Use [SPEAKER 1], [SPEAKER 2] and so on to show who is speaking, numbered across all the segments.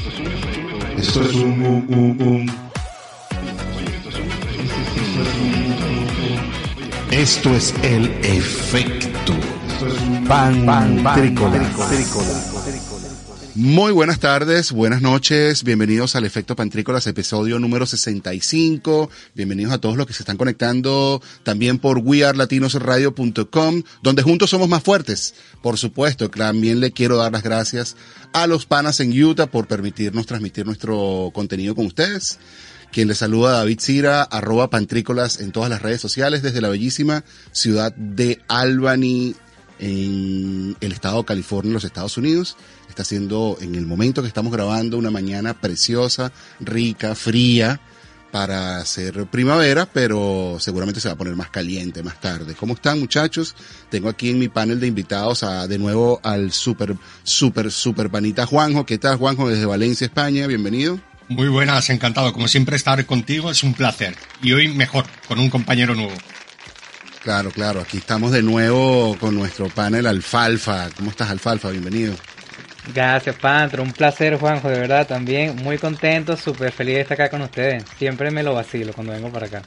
[SPEAKER 1] Esto es un. Esto es el efecto Pantrícolas. Muy buenas tardes, buenas noches, bienvenidos al Efecto Pantrícolas, episodio número 65. Bienvenidos a todos los que se están conectando también por wearelatinosradio.com, donde juntos somos más fuertes. Por supuesto, también le quiero dar las gracias a los panas en Utah por permitirnos transmitir nuestro contenido con ustedes. Quien les saluda, David Cira, @Pantrícolas en todas las redes sociales desde la bellísima ciudad de Albany, en el estado de California, en los Estados Unidos. Está siendo, en el momento que estamos grabando, una mañana preciosa, rica, fría, para hacer primavera, pero seguramente se va a poner más caliente más tarde. ¿Cómo están, muchachos? Tengo aquí en mi panel de invitados de nuevo al super panita Juanjo. ¿Qué tal, Juanjo? Desde Valencia, España. Bienvenido.
[SPEAKER 2] Muy buenas, encantado. Como siempre, estar contigo es un placer. Y hoy mejor, con un compañero nuevo.
[SPEAKER 1] Claro. Aquí estamos de nuevo con nuestro panel Alfalfa. ¿Cómo estás, Alfalfa? Bienvenido.
[SPEAKER 3] Gracias, Pantro. Un placer, Juanjo, de verdad, también. Muy contento, súper feliz de estar acá con ustedes. Siempre me lo vacilo cuando vengo para acá.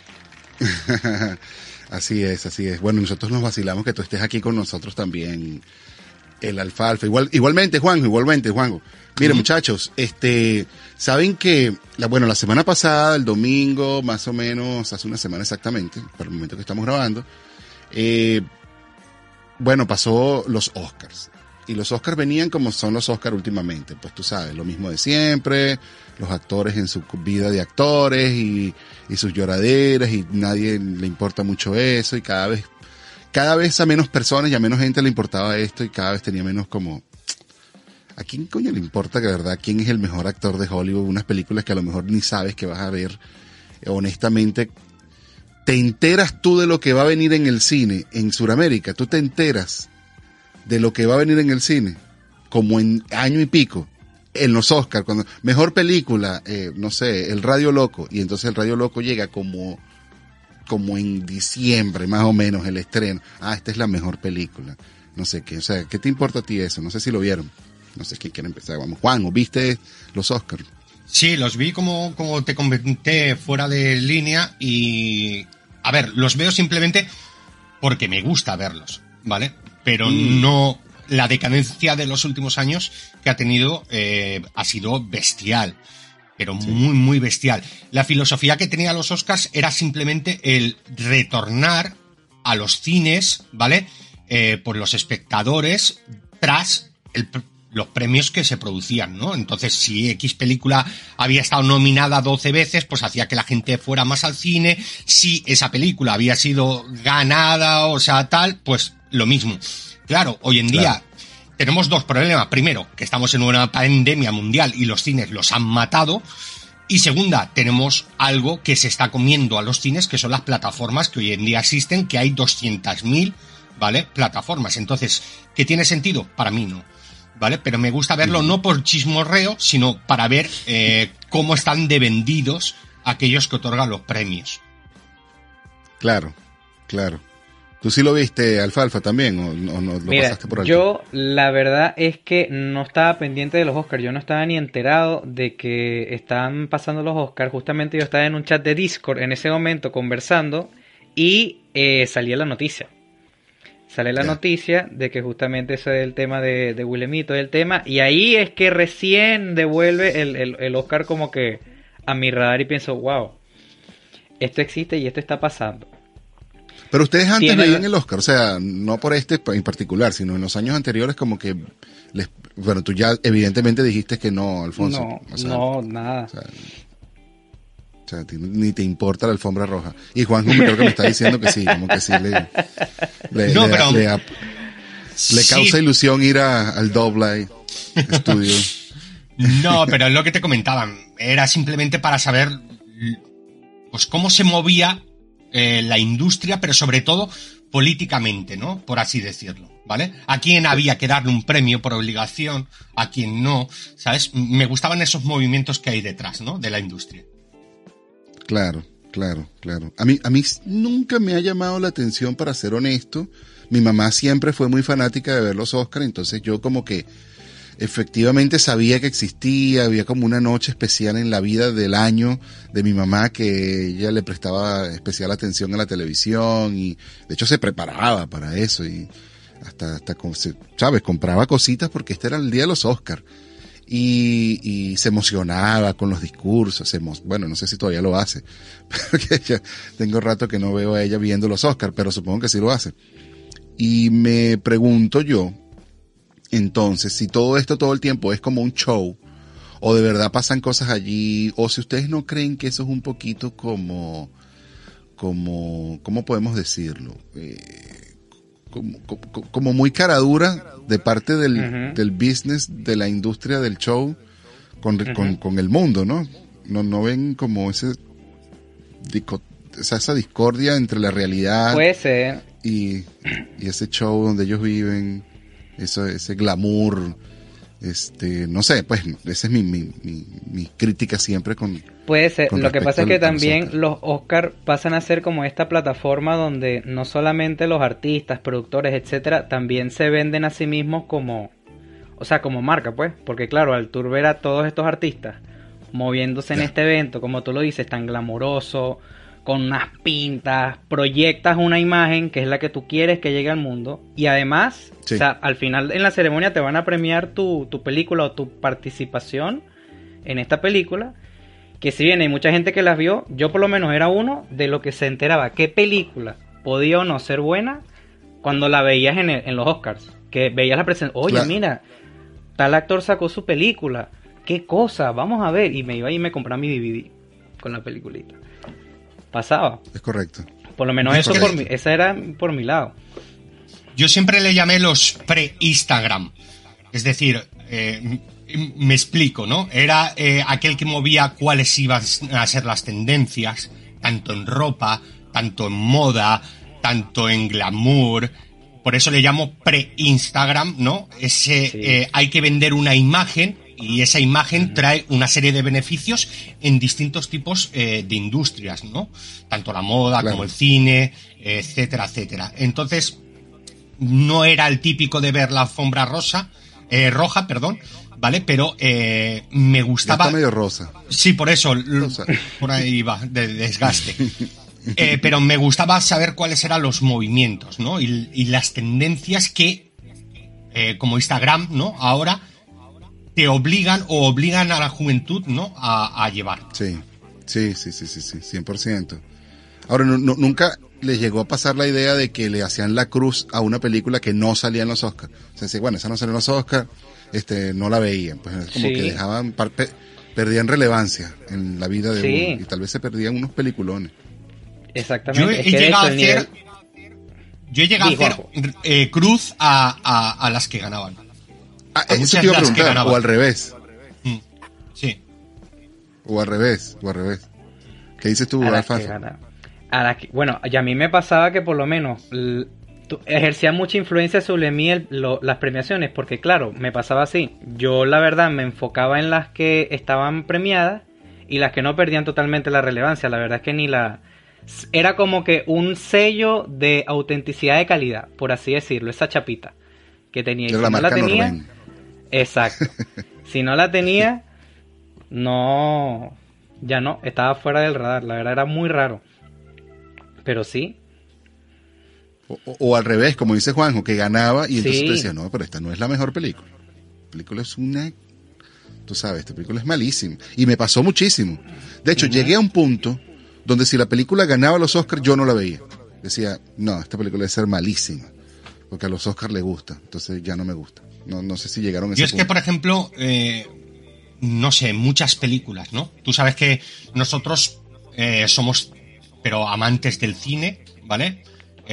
[SPEAKER 1] Así es. Bueno, nosotros nos vacilamos que tú estés aquí con nosotros también, el Alfalfa. Igualmente, Juanjo. Mire, muchachos, saben que, la semana pasada, el domingo, más o menos, hace una semana exactamente, para el momento que estamos grabando, pasó los Oscars. Y los Oscars venían como son los Oscars últimamente, pues tú sabes, lo mismo de siempre, los actores en su vida de actores y sus lloraderas, y nadie le importa mucho eso, y cada vez a menos personas y a menos gente le importaba esto, y cada vez tenía menos como... ¿A quién coño le importa que de verdad quién es el mejor actor de Hollywood? Unas películas que a lo mejor ni sabes que vas a ver. Honestamente, ¿te enteras tú de lo que va a venir en el cine en Sudamérica? ¿Tú te enteras de lo que va a venir en el cine? Como en año y pico, en los Oscars, cuando mejor película, no sé, El Radio Loco, y entonces El Radio Loco llega como en diciembre, más o menos, el estreno. Esta es la mejor película. No sé qué, o sea, ¿qué te importa a ti eso? No sé si lo vieron. No sé quién quiere empezar. Vamos, Juan, ¿o viste los Oscars?
[SPEAKER 2] Sí, los vi como te comenté fuera de línea y... A ver, los veo simplemente porque me gusta verlos, ¿vale? Pero no... La decadencia de los últimos años que ha tenido ha sido bestial. Pero muy, muy bestial. La filosofía que tenía los Oscars era simplemente el retornar a los cines, ¿vale? Por los espectadores tras los premios que se producían, ¿no? Entonces, si X película había estado nominada 12 veces, pues hacía que la gente fuera más al cine. Si esa película había sido ganada, o sea, tal, pues lo mismo. Claro, hoy en día tenemos dos problemas. Primero, que estamos en una pandemia mundial y los cines los han matado. Y segunda, tenemos algo que se está comiendo a los cines, que son las plataformas que hoy en día existen, que hay 200.000, ¿vale? Plataformas. Entonces, ¿qué tiene sentido? Para mí no, ¿vale? Pero me gusta verlo no por chismorreo, sino para ver cómo están de vendidos aquellos que otorgan los premios.
[SPEAKER 1] Claro. ¿Tú sí lo viste, Alfalfa, también, o no lo pasaste por alto?
[SPEAKER 3] Yo, la verdad es que no estaba pendiente de los Oscars. Yo no estaba ni enterado de que estaban pasando los Oscars. Justamente yo estaba en un chat de Discord en ese momento conversando y salía la noticia. Sale la noticia de que justamente eso es el tema de Will Smith, el tema. Y ahí es que recién devuelve el Oscar como que a mi radar y pienso, wow, esto existe y esto está pasando.
[SPEAKER 1] Pero ustedes antes veían el Oscar, o sea, no por en particular, sino en los años anteriores como que... Bueno, tú ya evidentemente dijiste que no, Alfonso.
[SPEAKER 3] No, nada.
[SPEAKER 1] O sea, ni te importa la alfombra roja. Y Juanjo creo que me está diciendo que sí, como que sí le causa ilusión ir al Doble Estudio.
[SPEAKER 2] No, pero es lo que te comentaban. Era simplemente para saber pues cómo se movía la industria, pero sobre todo políticamente, ¿no? Por así decirlo, ¿vale? A quién había que darle un premio por obligación, a quién no, ¿sabes? Me gustaban esos movimientos que hay detrás, ¿no? De la industria.
[SPEAKER 1] Claro. A mí nunca me ha llamado la atención, para ser honesto. Mi mamá siempre fue muy fanática de ver los Oscars, entonces yo como que efectivamente sabía que existía, había como una noche especial en la vida del año de mi mamá que ella le prestaba especial atención a la televisión y de hecho se preparaba para eso y hasta ¿sabes? Compraba cositas porque este era el día de los Oscars y se emocionaba con los discursos, bueno, no sé si todavía lo hace, porque ya tengo rato que no veo a ella viendo los Oscars, pero supongo que sí lo hace. Y me pregunto yo, entonces, si todo esto todo el tiempo es como un show, o de verdad pasan cosas allí, o si ustedes no creen que eso es un poquito ¿cómo podemos decirlo? Como muy cara dura de parte del business, de la industria del show con el mundo, ¿no? No ven como esa discordia entre la realidad
[SPEAKER 3] puede ser
[SPEAKER 1] y ese show donde ellos viven, ese glamour, no sé, pues esa es mi crítica siempre con
[SPEAKER 3] puede ser. Lo que pasa es que también
[SPEAKER 1] los
[SPEAKER 3] Oscar pasan a ser como esta plataforma donde no solamente los artistas, productores, etcétera, también se venden a sí mismos como, o sea, como marca, pues, porque claro, al tour ver a todos estos artistas moviéndose en este evento, como tú lo dices, tan glamoroso, con unas pintas, proyectas una imagen que es la que tú quieres que llegue al mundo y además, o sea, al final en la ceremonia te van a premiar tu película o tu participación en esta película, que si bien hay mucha gente que las vio, yo por lo menos era uno de lo que se enteraba qué película podía o no ser buena cuando la veías en los Oscars, que veías la presentación, oye, mira, tal actor sacó su película, qué cosa, vamos a ver, y me iba y me compraba mi DVD con la peliculita. Pasaba.
[SPEAKER 1] Es correcto.
[SPEAKER 3] Por lo menos eso esa era por mi lado.
[SPEAKER 2] Yo siempre le llamé los pre-Instagram. Es decir, me explico, ¿no? Era aquel que movía cuáles iban a ser las tendencias, tanto en ropa, tanto en moda, tanto en glamour. Por eso le llamo pre-Instagram, ¿no? Hay que vender una imagen y esa imagen trae una serie de beneficios en distintos tipos de industrias, ¿no? Tanto la moda como el cine, etcétera, etcétera. Entonces, no era el típico de ver la alfombra roja, ¿vale? Pero me gustaba...
[SPEAKER 1] Ya está medio rosa.
[SPEAKER 2] Sí, por eso, por ahí va, de desgaste. Pero me gustaba saber cuáles eran los movimientos, ¿no? Y las tendencias que, como Instagram, ¿no? Ahora te obligan a la juventud, ¿no? A llevar.
[SPEAKER 1] Sí, 100%. Ahora, nunca les llegó a pasar la idea de que le hacían la cruz a una película que no salía en los Oscars. O sea, bueno, esa no salió en los Oscars, no la veían. Pues es como que dejaban, perdían relevancia en la vida de uno. Y tal vez se perdían unos peliculones.
[SPEAKER 3] Exactamente.
[SPEAKER 2] Yo he llegado a hacer cruz a las que ganaban.
[SPEAKER 1] Eso te iba a preguntar, o al revés.
[SPEAKER 2] Sí.
[SPEAKER 1] O al revés. ¿Qué dices tú, Alfafo?
[SPEAKER 3] Bueno, y a mí me pasaba que por lo menos ejercía mucha influencia sobre mí las premiaciones, porque claro, me pasaba así. Yo la verdad me enfocaba en las que estaban premiadas y las que no perdían totalmente la relevancia. La verdad es que era como que un sello de autenticidad de calidad, por así decirlo, esa chapita que tenía. Y si no la tenía, Norben. Exacto. Si no la tenía, estaba fuera del radar. La verdad era muy raro. Pero sí.
[SPEAKER 1] O al revés, como dice Juanjo, que ganaba y entonces te decía, no, pero esta no es la mejor película. La película es tú sabes, esta película es malísima. Y me pasó muchísimo. De hecho, llegué a un punto donde si la película ganaba los Oscars, yo no la veía. Decía, no, esta película debe ser malísima. Porque a los Oscars les gusta. Entonces ya no me gusta. No sé si llegaron a ese punto.
[SPEAKER 2] Que, por ejemplo, no sé, muchas películas, ¿no? Tú sabes que nosotros somos, pero amantes del cine, ¿vale?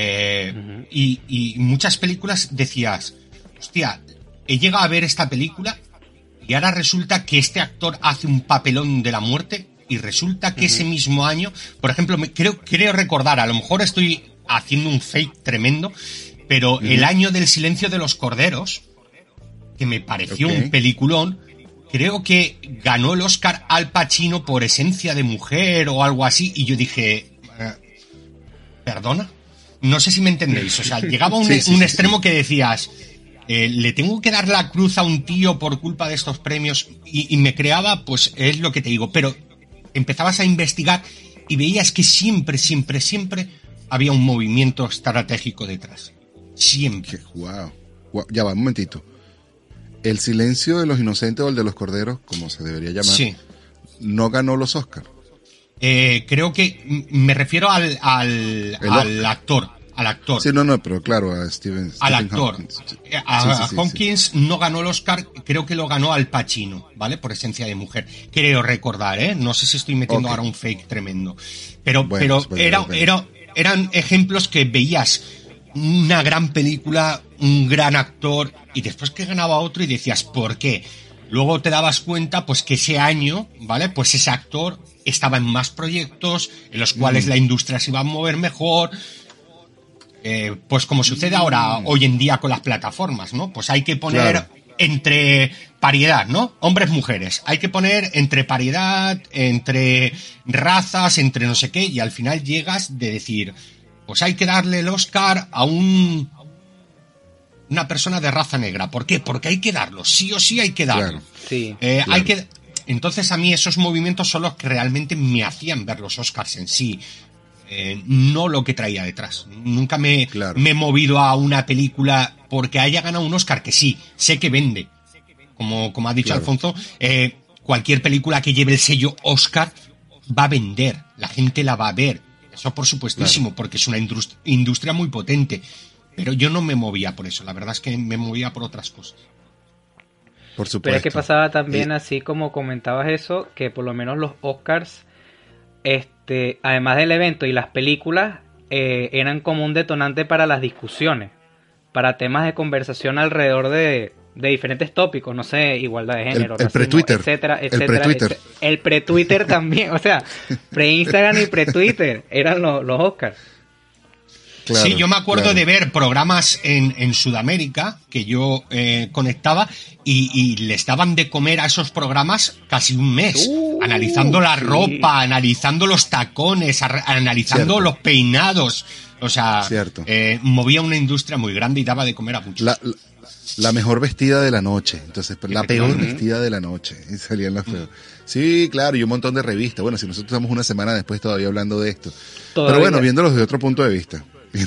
[SPEAKER 2] Y muchas películas decías, hostia, he llegado a ver esta película y ahora resulta que este actor hace un papelón de la muerte y resulta que ese mismo año, por ejemplo, creo recordar, a lo mejor estoy haciendo un fake tremendo, pero el año del Silencio de los Corderos, que me pareció un peliculón, creo que ganó el Oscar Al Pacino por Esencia de Mujer o algo así, y yo dije, ¿perdona? No sé si me entendéis, o sea, llegaba un extremo que decías, le tengo que dar la cruz a un tío por culpa de estos premios, y me creaba, pues es lo que te digo, pero empezabas a investigar y veías que siempre había un movimiento estratégico detrás. Siempre.
[SPEAKER 1] Wow. Ya va, un momentito. El silencio de los inocentes o el de los corderos, como se debería llamar,
[SPEAKER 2] sí,
[SPEAKER 1] no ganó los Oscars.
[SPEAKER 2] Creo que me refiero al actor. Al actor.
[SPEAKER 1] Sí, no, pero claro, a Stephen
[SPEAKER 2] actor.
[SPEAKER 1] Hawkins.
[SPEAKER 2] Hawkins sí. No ganó el Oscar, creo que lo ganó Al Pacino, ¿vale? Por Esencia de Mujer. Creo recordar, ¿eh? No sé si estoy metiendo ahora un fake tremendo. Pero eran ejemplos que veías una gran película, un gran actor, y después que ganaba otro y decías, ¿por qué? Luego te dabas cuenta, pues, que ese año, ¿vale? Pues ese actor estaba en más proyectos, en los cuales la industria se iba a mover mejor. Pues como sucede ahora, hoy en día con las plataformas, ¿no? Pues hay que poner entre paridad, ¿no? Hombres, mujeres. Hay que poner entre paridad, entre razas, entre no sé qué, y al final llegas de decir, pues hay que darle el Oscar a una persona de raza negra. ¿Por qué? Porque hay que darlo, sí o sí hay que darlo.
[SPEAKER 3] Claro. Sí.
[SPEAKER 2] Claro. Entonces a mí esos movimientos son los que realmente me hacían ver los Oscars en sí. No lo que traía detrás. Nunca me he movido a una película porque haya ganado un Oscar, que sí, sé que vende. Como ha dicho Alfonso, cualquier película que lleve el sello Oscar va a vender, la gente la va a ver. Eso por supuestísimo, porque es una industria muy potente. Pero yo no me movía por eso, la verdad es que me movía por otras cosas.
[SPEAKER 1] Por supuesto.
[SPEAKER 3] Pero es que pasaba también, así como comentabas eso, que por lo menos los Oscars, además del evento y las películas, eran como un detonante para las discusiones, para temas de conversación alrededor de diferentes tópicos, no sé, igualdad de género,
[SPEAKER 1] el pre-Twitter,
[SPEAKER 3] etcétera. El pre-Twitter también, o sea, pre-Instagram y pre-Twitter eran los Oscars.
[SPEAKER 2] Claro, sí, yo me acuerdo de ver programas en Sudamérica que yo conectaba y les daban de comer a esos programas casi un mes, analizando la ropa, analizando los tacones, analizando los peinados. O sea, movía una industria muy grande y daba de comer a muchos.
[SPEAKER 1] La mejor vestida de la noche, entonces, la peor vestida de la noche, y salían las peores. Sí, claro, y un montón de revistas. Bueno, si nosotros estamos una semana después todavía hablando de esto. Pero bueno, viéndolos de otro punto de vista.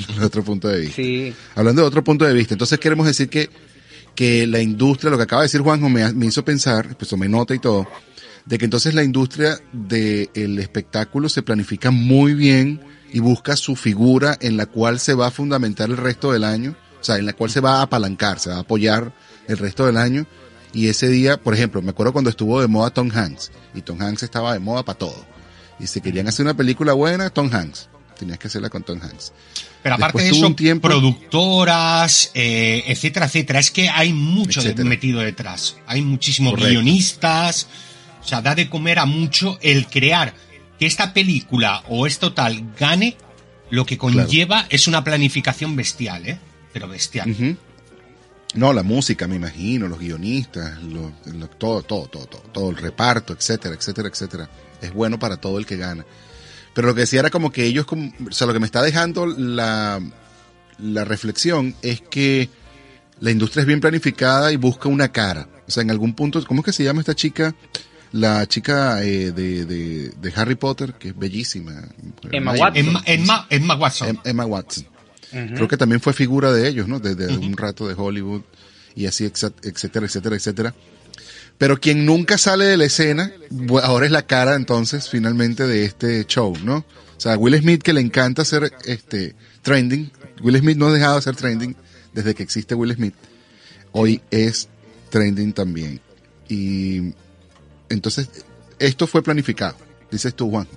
[SPEAKER 1] Sí. Hablando de otro punto de vista, entonces queremos decir que la industria, lo que acaba de decir Juanjo me hizo pensar, pues tomé nota y todo, de que entonces la industria del espectáculo se planifica muy bien y busca su figura en la cual se va a fundamentar el resto del año, o sea, en la cual se va a apalancar, se va a apoyar el resto del año. Y ese día, por ejemplo, me acuerdo cuando estuvo de moda Tom Hanks, y Tom Hanks estaba de moda para todo. Y si querían hacer una película buena, Tom Hanks. Tenías que hacerla con Tom Hanks.
[SPEAKER 2] Pero aparte de eso, productoras, etcétera, etcétera. Es que hay mucho metido detrás. Hay muchísimos guionistas. O sea, da de comer a mucho el crear que esta película o esto tal gane. Lo que conlleva es una planificación bestial, ¿eh? Pero bestial.
[SPEAKER 1] Uh-huh. No, la música, me imagino, los guionistas, todo el reparto, etcétera, etcétera, etcétera. Es bueno para todo el que gana. Pero lo que decía era como que ellos, o sea, lo que me está dejando la reflexión es que la industria es bien planificada y busca una cara. O sea, en algún punto, ¿cómo es que se llama esta chica? La chica de Harry Potter, que es bellísima.
[SPEAKER 3] Emma Watson.
[SPEAKER 2] Emma Watson.
[SPEAKER 1] Emma Watson. Uh-huh. Creo que también fue figura de ellos, ¿no? Desde un rato de Hollywood y así, etcétera, etcétera, etcétera. Pero quien nunca sale de la escena, ahora es la cara entonces finalmente de este show, ¿no? O sea, Will Smith, que le encanta hacer trending. Will Smith no ha dejado de hacer trending desde que existe Will Smith. Hoy es trending también. Y entonces, esto fue planificado, dices tú, Juan.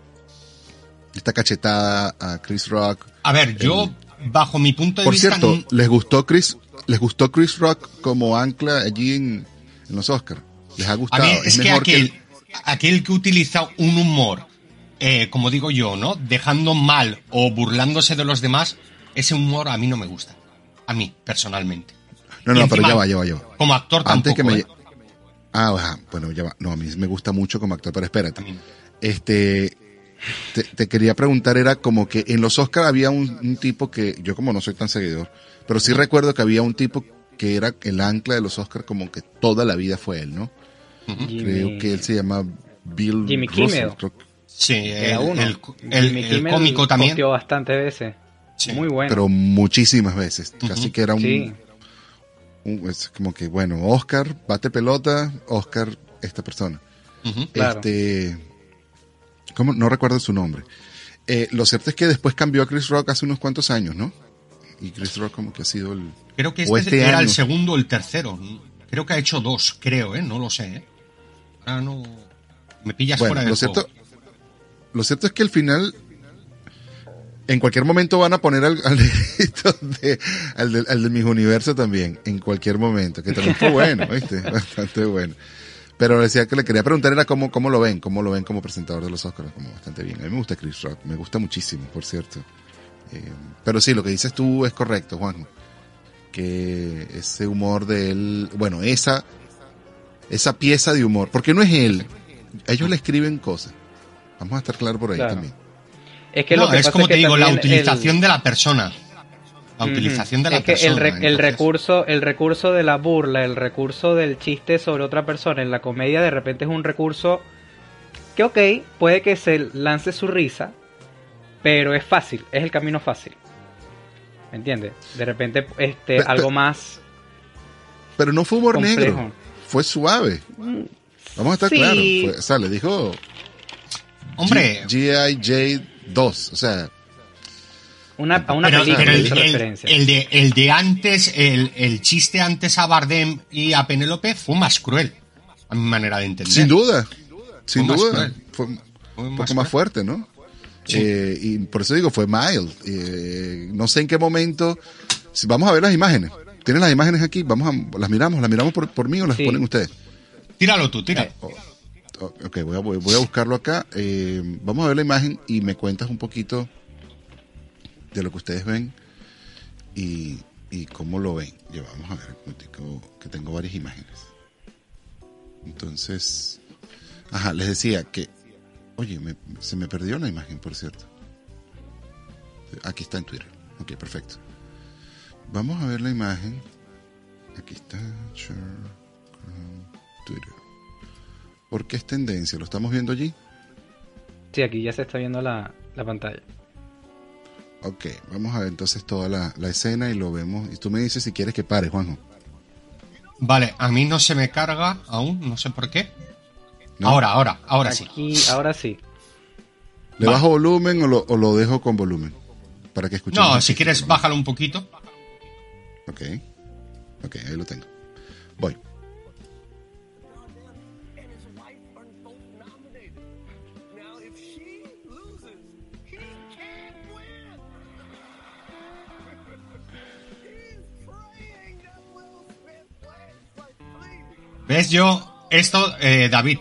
[SPEAKER 1] Esta cachetada a Chris Rock.
[SPEAKER 2] A ver, yo, bajo mi punto de vista...
[SPEAKER 1] Por cierto, ¿les gustó Chris Rock como ancla allí en los Oscars? ¿Les ha gustado?
[SPEAKER 2] A mí es que aquel que utiliza un humor, como digo yo, ¿no? Dejando mal o burlándose de los demás, ese humor a mí no me gusta. A mí, personalmente.
[SPEAKER 1] No, encima, pero ya va.
[SPEAKER 2] Como actor tampoco.
[SPEAKER 1] Bueno, ya va. No, a mí me gusta mucho como actor, pero espérate. Te quería preguntar, era como que en los Oscars había un tipo que, yo como no soy tan seguidor, pero sí recuerdo que había un tipo que era el ancla de los Oscars como que toda la vida fue él, ¿no? Creo que él se llama Bill
[SPEAKER 3] Jimmy
[SPEAKER 1] Russell,
[SPEAKER 3] Kimmel.
[SPEAKER 1] Sí,
[SPEAKER 3] Era uno.
[SPEAKER 2] el cómico también.
[SPEAKER 3] Posteó bastantes veces. Sí. Muy bueno.
[SPEAKER 1] Pero muchísimas veces. Casi que era
[SPEAKER 3] Sí.
[SPEAKER 1] Es como que, bueno, Oscar, bate pelota, Oscar, esta persona.
[SPEAKER 3] Claro.
[SPEAKER 1] ¿Cómo? No recuerdo su nombre. Lo cierto es que después cambió a Chris Rock hace unos cuantos años, ¿no? Y Chris Rock como que ha sido el...
[SPEAKER 2] Creo que
[SPEAKER 1] o
[SPEAKER 2] este era
[SPEAKER 1] año.
[SPEAKER 2] el segundo o el tercero. Creo que ha hecho 2, creo, no lo sé. Ahora no... Me pillas
[SPEAKER 1] Bueno,
[SPEAKER 2] fuera del juego.
[SPEAKER 1] Lo cierto es que al final, en cualquier momento van a poner al negrito al de Mis Universo también, en cualquier momento, que también fue bueno, ¿viste? Bastante bueno. Pero decía que le quería preguntar era cómo lo ven como presentador de los Oscars, como bastante bien. A mí me gusta Chris Rock, me gusta muchísimo, por cierto. Pero sí, lo que dices tú es correcto, Juanjo. Que ese humor de él, bueno, esa pieza de humor, porque no es él, ellos le escriben cosas. Vamos a estar claros por ahí también.
[SPEAKER 3] Es que
[SPEAKER 2] no,
[SPEAKER 3] lo que
[SPEAKER 2] es
[SPEAKER 3] pasa
[SPEAKER 2] como
[SPEAKER 3] es que
[SPEAKER 2] te digo, la
[SPEAKER 3] también
[SPEAKER 2] utilización de la persona. La utilización de la
[SPEAKER 3] es que
[SPEAKER 2] persona.
[SPEAKER 3] el recurso de la burla, el recurso del chiste sobre otra persona en la comedia de repente es un recurso que ok, puede que se lance su risa, pero es fácil, es el camino fácil. ¿Me entiendes? De repente algo más
[SPEAKER 1] pero no fue humor
[SPEAKER 3] complejo.
[SPEAKER 1] negro, fue suave. Vamos a estar
[SPEAKER 3] Sí.
[SPEAKER 1] claros. O sea, le dijo
[SPEAKER 2] Hombre,
[SPEAKER 1] G.I. Jade 2, o sea...
[SPEAKER 3] A una
[SPEAKER 2] pero
[SPEAKER 3] película
[SPEAKER 2] el,
[SPEAKER 3] hizo
[SPEAKER 2] el-
[SPEAKER 3] referencia.
[SPEAKER 2] el de antes, el chiste antes a Bardem y a Penélope fue más cruel, a mi manera de entender.
[SPEAKER 1] Sin duda, sin
[SPEAKER 2] Fue más
[SPEAKER 1] duda.
[SPEAKER 2] cruel.
[SPEAKER 1] Fue un
[SPEAKER 2] Fue
[SPEAKER 1] poco
[SPEAKER 2] más
[SPEAKER 1] más
[SPEAKER 2] cruel.
[SPEAKER 1] fuerte, ¿no?
[SPEAKER 2] Sí.
[SPEAKER 1] Y por eso digo, fue mild. No sé en qué momento... Vamos a ver las imágenes. ¿Tienen las imágenes aquí? Las miramos por mí o las
[SPEAKER 3] Sí.
[SPEAKER 1] ponen ustedes.
[SPEAKER 2] Tíralo tú, tíralo.
[SPEAKER 1] Ok, voy a buscarlo acá. Vamos a ver la imagen y me cuentas un poquito de lo que ustedes ven y cómo lo ven. Ya vamos a ver, un momentico, que tengo varias imágenes. Entonces, les decía que, oye, se me perdió la imagen, por cierto. Aquí está en Twitter. Ok, perfecto. Vamos a ver la imagen. Aquí está, share, Twitter. ¿Por qué es tendencia? ¿Lo estamos viendo allí?
[SPEAKER 3] Sí, aquí ya se está viendo la pantalla.
[SPEAKER 1] Ok, vamos a ver entonces toda la escena y lo vemos. Y tú me dices si quieres que pare, Juanjo.
[SPEAKER 2] Vale, a mí no se me carga aún, no sé por qué.
[SPEAKER 1] ¿No?
[SPEAKER 2] Ahora sí.
[SPEAKER 3] Aquí, ahora sí.
[SPEAKER 1] ¿Le
[SPEAKER 2] Vale.
[SPEAKER 1] bajo volumen o lo dejo con volumen? Para que escuchemos.
[SPEAKER 2] No,
[SPEAKER 1] un
[SPEAKER 2] si
[SPEAKER 1] poquito.
[SPEAKER 2] quieres, bájalo un poquito.
[SPEAKER 1] Ok, ahí lo tengo. Voy.
[SPEAKER 2] ¿Ves yo esto, David?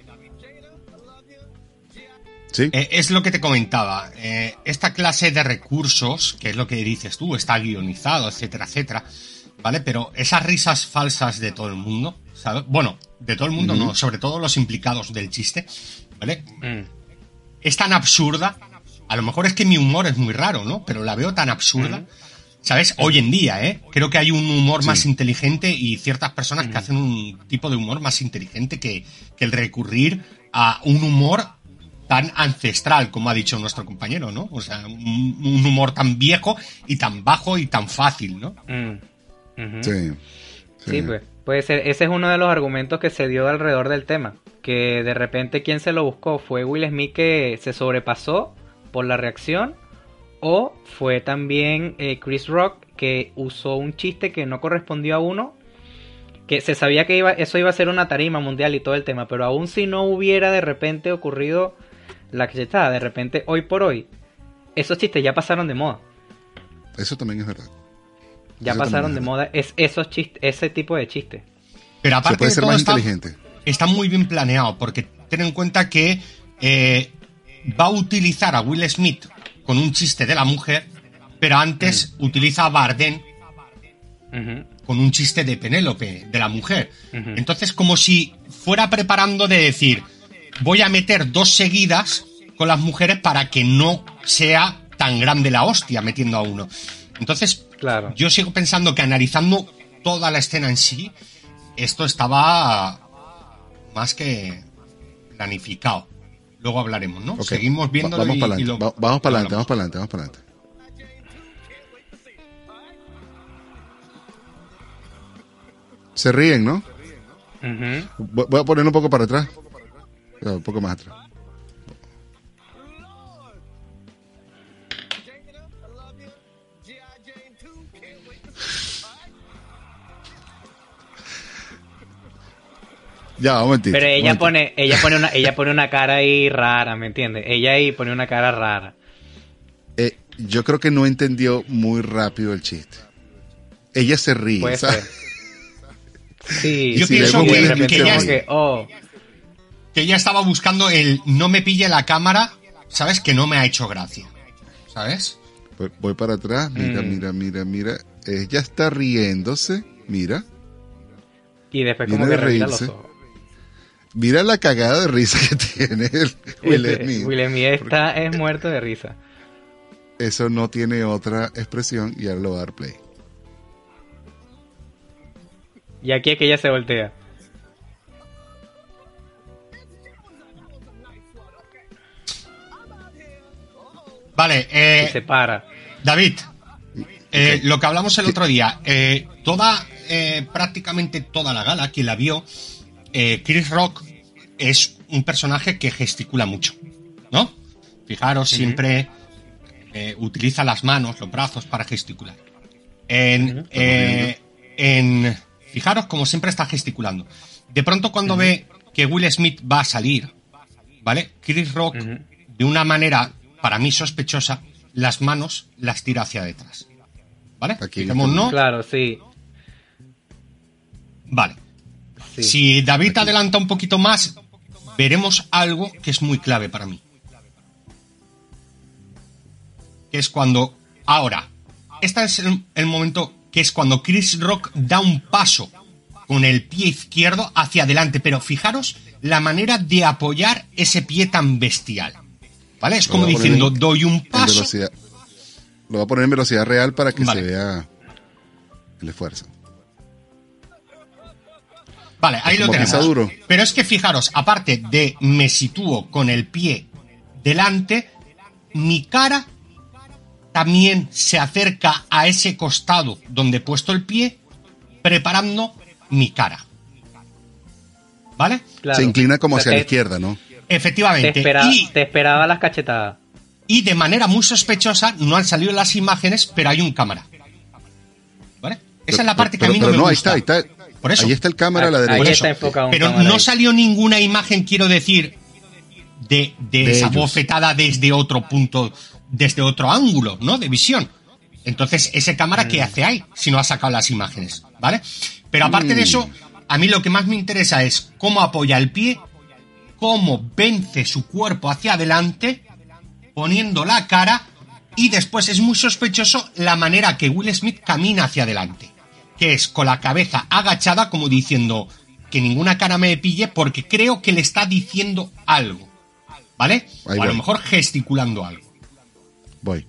[SPEAKER 1] ¿Sí?
[SPEAKER 2] Es lo que te comentaba. Esta clase de recursos, que es lo que dices tú, está guionizado, etcétera, etcétera, ¿vale? Pero esas risas falsas de todo el mundo, ¿sabes? Bueno, de todo el mundo no, sobre todo los implicados del chiste, ¿vale? Es tan absurda. A lo mejor es que mi humor es muy raro, ¿no? Pero la veo tan absurda. ¿Sabes? Hoy en día, creo que hay un humor más inteligente y ciertas personas que hacen un tipo de humor más inteligente que el recurrir a un humor tan ancestral, como ha dicho nuestro compañero, ¿no? O sea, un humor tan viejo y tan bajo y tan fácil, ¿no?
[SPEAKER 1] Sí.
[SPEAKER 3] Sí, pues. Puede ser. Ese es uno de los argumentos que se dio alrededor del tema. Que de repente quien se lo buscó fue Will Smith, que se sobrepasó por la reacción. O fue también Chris Rock, que usó un chiste que no correspondió a uno. Que se sabía que eso iba a ser una tarima mundial y todo el tema. Pero aún si no hubiera de repente ocurrido la cachetada, de repente hoy por hoy, esos chistes ya pasaron de moda.
[SPEAKER 1] Eso también es verdad.
[SPEAKER 3] Ya
[SPEAKER 1] Eso
[SPEAKER 3] pasaron
[SPEAKER 1] también
[SPEAKER 3] de
[SPEAKER 1] es
[SPEAKER 3] moda esos chistes, ese tipo de chistes.
[SPEAKER 2] Pero
[SPEAKER 1] Se
[SPEAKER 2] aparte
[SPEAKER 1] puede
[SPEAKER 2] de
[SPEAKER 1] ser
[SPEAKER 2] todo
[SPEAKER 1] más
[SPEAKER 2] está,
[SPEAKER 1] inteligente.
[SPEAKER 2] está muy bien planeado, porque ten en cuenta que va a utilizar a Will Smith con un chiste de la mujer, pero antes utiliza a Bardem con un chiste de Penélope, de la mujer. Entonces, como si fuera preparando de decir, voy a meter 2 seguidas con las mujeres para que no sea tan grande la hostia metiendo a uno. Entonces,
[SPEAKER 3] Claro.
[SPEAKER 2] yo sigo pensando que analizando toda la escena en sí, esto estaba más que planificado. Luego hablaremos, ¿no?
[SPEAKER 1] Ok.
[SPEAKER 2] Seguimos viendo.
[SPEAKER 1] Vamos para adelante, vamos para adelante, vamos para adelante, vamos para adelante. Se ríen, ¿no?
[SPEAKER 3] Ujú.
[SPEAKER 1] Voy a ponerlo un poco para atrás. Un poco más atrás. Ya, un momentito.
[SPEAKER 3] Pero ella
[SPEAKER 1] un momentito.
[SPEAKER 3] ella pone una cara ahí rara, ¿me entiendes? Ella ahí pone una cara rara.
[SPEAKER 1] Yo creo que no entendió muy rápido el chiste. Ella se ríe,
[SPEAKER 3] Puede
[SPEAKER 1] ¿sabes?
[SPEAKER 3] ser. Sí,
[SPEAKER 2] Yo
[SPEAKER 1] si
[SPEAKER 2] pienso
[SPEAKER 1] vemos
[SPEAKER 3] de
[SPEAKER 1] Will
[SPEAKER 3] repente
[SPEAKER 1] Smith se
[SPEAKER 3] como
[SPEAKER 1] ríe.
[SPEAKER 3] que, oh,
[SPEAKER 2] que ella estaba buscando el no me pille la cámara, ¿sabes? Que no me ha hecho gracia, ¿sabes?
[SPEAKER 1] Voy para atrás, mira. Ella está riéndose, mira.
[SPEAKER 3] y después
[SPEAKER 1] Viene
[SPEAKER 3] como que
[SPEAKER 1] de
[SPEAKER 3] revira los
[SPEAKER 1] reírse.
[SPEAKER 3] ojos.
[SPEAKER 1] Mira la cagada de risa que tiene el Will Smith.
[SPEAKER 3] Will Smith es muerto de risa.
[SPEAKER 1] Eso no tiene otra expresión y ahora lo voy a dar play.
[SPEAKER 3] Y aquí es que ella se voltea.
[SPEAKER 2] Vale,
[SPEAKER 3] Y se para.
[SPEAKER 2] David, lo que hablamos el otro día, prácticamente toda la gala, quien la vio, Chris Rock es un personaje que gesticula mucho, ¿no? Fijaros, siempre utiliza las manos, los brazos para gesticular. Fijaros como siempre está gesticulando. De pronto cuando ve que Will Smith va a salir, ¿vale? Chris Rock, de una manera para mí sospechosa, las manos las tira hacia detrás. ¿Vale?
[SPEAKER 1] Aquí
[SPEAKER 2] Digamos, ¿no?
[SPEAKER 3] Claro, sí.
[SPEAKER 2] Vale.
[SPEAKER 3] Sí.
[SPEAKER 2] Si David adelanta un poquito más, veremos algo que es muy clave para mí. Que es cuando... Ahora, este es el momento que es cuando Chris Rock da un paso con el pie izquierdo hacia adelante. Pero fijaros la manera de apoyar ese pie tan bestial. ¿Vale? Es como
[SPEAKER 1] Lo voy a poner
[SPEAKER 2] diciendo, doy un
[SPEAKER 1] En
[SPEAKER 2] paso...
[SPEAKER 1] velocidad. Lo voy a poner en velocidad real para que
[SPEAKER 2] Vale.
[SPEAKER 1] se vea el esfuerzo.
[SPEAKER 2] Vale, ahí lo
[SPEAKER 1] Como
[SPEAKER 2] tenemos.
[SPEAKER 1] pisa duro.
[SPEAKER 2] Pero es que fijaros, aparte de me sitúo con el pie delante, mi cara también se acerca a ese costado donde he puesto el pie, preparando mi cara. ¿Vale?
[SPEAKER 3] Claro.
[SPEAKER 1] Se inclina como
[SPEAKER 3] O sea,
[SPEAKER 1] hacia la izquierda, ¿no?
[SPEAKER 2] Efectivamente.
[SPEAKER 3] te esperaba las cachetadas.
[SPEAKER 2] Y de manera muy sospechosa, no han salido las imágenes, pero hay un cámara. ¿Vale? Esa es la parte que a mí no me
[SPEAKER 1] no,
[SPEAKER 2] gusta.
[SPEAKER 1] ahí está.
[SPEAKER 2] Por eso.
[SPEAKER 1] Ahí está el cámara a la
[SPEAKER 3] Ahí
[SPEAKER 1] derecha.
[SPEAKER 2] Por
[SPEAKER 3] está
[SPEAKER 2] eso.
[SPEAKER 3] enfocado un
[SPEAKER 2] Pero
[SPEAKER 3] cámara
[SPEAKER 2] no
[SPEAKER 3] ahí.
[SPEAKER 2] salió ninguna imagen, quiero decir, de esa
[SPEAKER 1] ellos.
[SPEAKER 2] bofetada desde otro punto, desde otro ángulo, ¿no? De visión. Entonces, ese cámara, ¿qué hace ahí? Si no ha sacado las imágenes, ¿vale? Pero aparte de eso, a mí lo que más me interesa es cómo apoya el pie, cómo vence su cuerpo hacia adelante, poniendo la cara, y después es muy sospechoso la manera que Will Smith camina hacia adelante, que es con la cabeza agachada como diciendo que ninguna cara me pille porque creo que le está diciendo algo, ¿vale?
[SPEAKER 1] Ahí
[SPEAKER 2] O a lo
[SPEAKER 1] voy.
[SPEAKER 2] mejor gesticulando algo.
[SPEAKER 1] Voy.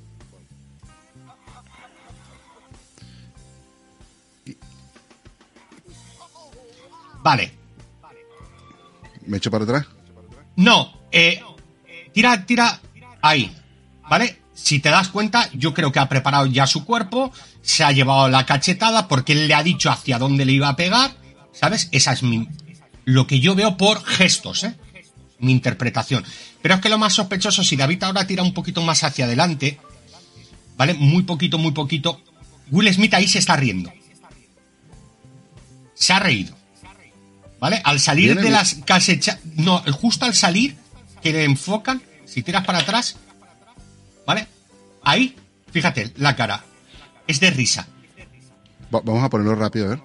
[SPEAKER 2] Vale.
[SPEAKER 1] ¿Me echo para atrás?
[SPEAKER 2] No, tira ahí, ¿vale? Si te das cuenta, yo creo que ha preparado ya su cuerpo, se ha llevado la cachetada porque él le ha dicho hacia dónde le iba a pegar, ¿sabes? Esa es lo que yo veo por gestos, ¿eh? Mi interpretación. Pero es que lo más sospechoso, si David ahora tira un poquito más hacia adelante, ¿vale? Muy poquito, Will Smith ahí se está riendo. Se ha reído. ¿Vale? Al salir
[SPEAKER 1] Viene
[SPEAKER 2] de
[SPEAKER 1] bien.
[SPEAKER 2] las casecha... No, justo al salir, que le enfocan, si tiras para atrás, ¿vale? Ahí, fíjate, la cara. Es de risa.
[SPEAKER 1] Vamos a ponerlo rápido, a ver.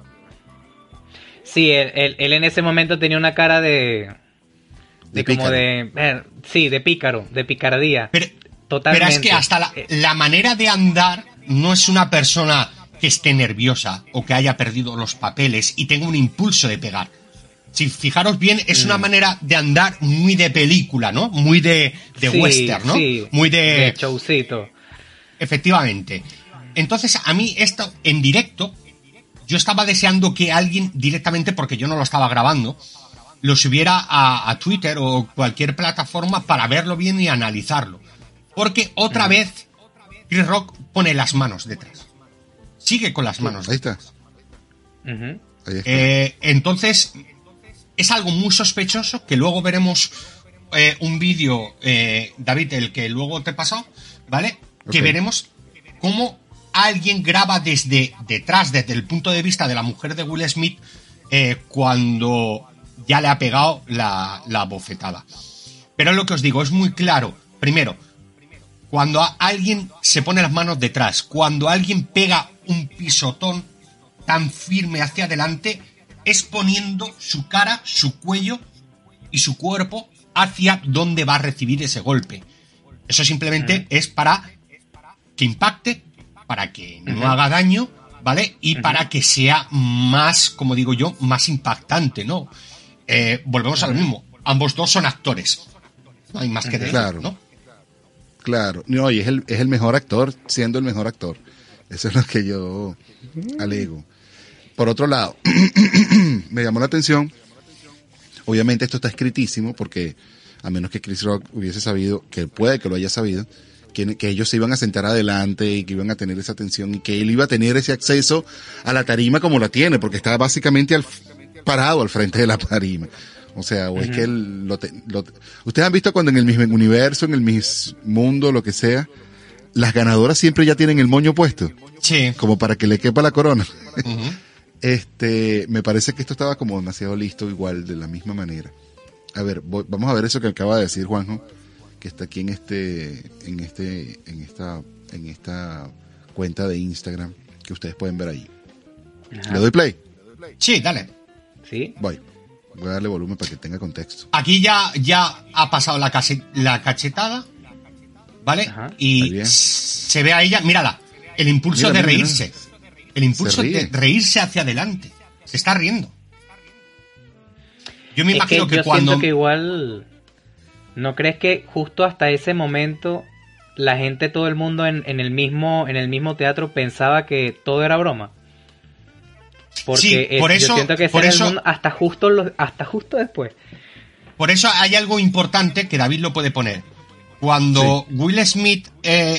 [SPEAKER 3] Sí, él en ese momento tenía una cara de como
[SPEAKER 1] pícaro.
[SPEAKER 3] sí, de pícaro, de picardía.
[SPEAKER 2] Pero
[SPEAKER 3] Totalmente.
[SPEAKER 2] es que hasta la manera de andar no es una persona que esté nerviosa o que haya perdido los papeles y tenga un impulso de pegar. Si fijaros bien, es una manera de andar muy de película, ¿no? Muy de
[SPEAKER 3] Sí,
[SPEAKER 2] western, ¿no?
[SPEAKER 3] sí,
[SPEAKER 2] Muy
[SPEAKER 3] de showcito.
[SPEAKER 2] Efectivamente. Entonces, a mí esto en directo, yo estaba deseando que alguien directamente, porque yo no lo estaba grabando, lo subiera a Twitter o cualquier plataforma para verlo bien y analizarlo. Porque otra vez Chris Rock pone las manos detrás. Sigue con las manos
[SPEAKER 1] Ahí
[SPEAKER 2] detrás.
[SPEAKER 1] está. Ahí está.
[SPEAKER 2] Entonces, es algo muy sospechoso que luego veremos un vídeo, David, el que luego te he pasado, ¿vale? Que veremos cómo alguien graba desde detrás, desde el punto de vista de la mujer de Will Smith, cuando ya le ha pegado la bofetada. Pero es lo que os digo, es muy claro. Primero, cuando alguien se pone las manos detrás, cuando alguien pega un pisotón tan firme hacia adelante, es poniendo su cara, su cuello y su cuerpo hacia donde va a recibir ese golpe. Eso simplemente es para que impacte, para que no haga daño, ¿vale? Y para que sea más, como digo yo, más impactante, ¿no? Volvemos a lo mismo. Ambos dos son actores. No hay más que decir,
[SPEAKER 1] Claro.
[SPEAKER 2] ¿no?
[SPEAKER 1] Claro. No, y es el mejor actor, siendo el mejor actor. Eso es lo que yo alego. Por otro lado, me llamó la atención. Obviamente esto está escritísimo porque a menos que Chris Rock hubiese sabido, que puede que lo haya sabido, que ellos se iban a sentar adelante y que iban a tener esa atención y que él iba a tener ese acceso a la tarima como la tiene, porque está básicamente parado al frente de la tarima. O sea, o es que él ustedes han visto cuando en el mismo universo, en el mismo mundo, lo que sea, las ganadoras siempre ya tienen el moño puesto.
[SPEAKER 2] Sí.
[SPEAKER 1] Como para que le quepa la corona.
[SPEAKER 2] Uh-huh.
[SPEAKER 1] Me parece que esto estaba como demasiado listo, igual, de la misma manera. A ver, vamos a ver eso que acaba de decir Juanjo, que está aquí en esta cuenta de Instagram, que ustedes pueden ver ahí.
[SPEAKER 3] Ajá.
[SPEAKER 1] ¿Le doy play?
[SPEAKER 2] Sí, dale.
[SPEAKER 3] ¿Sí?
[SPEAKER 1] Voy a darle volumen para que tenga contexto.
[SPEAKER 2] Aquí ya ha pasado la cachetada, ¿vale?
[SPEAKER 3] Ajá.
[SPEAKER 2] Y
[SPEAKER 1] Muy bien.
[SPEAKER 2] se ve a ella, mírala, el impulso
[SPEAKER 1] Mira,
[SPEAKER 2] de
[SPEAKER 1] mira,
[SPEAKER 2] reírse. El impulso
[SPEAKER 1] Se ríe.
[SPEAKER 2] de reírse hacia adelante. Se está riendo. Yo me
[SPEAKER 3] Es
[SPEAKER 2] imagino que
[SPEAKER 3] yo
[SPEAKER 2] cuando...
[SPEAKER 3] siento que igual, ¿no crees que justo hasta ese momento la gente, todo el mundo en el mismo teatro pensaba que todo era broma? Porque
[SPEAKER 2] Sí, por
[SPEAKER 3] yo
[SPEAKER 2] eso-
[SPEAKER 3] siento que ese
[SPEAKER 2] por
[SPEAKER 3] era
[SPEAKER 2] eso-
[SPEAKER 3] el mundo hasta justo después.
[SPEAKER 2] Por eso hay algo importante que David lo puede poner. Cuando Will Smith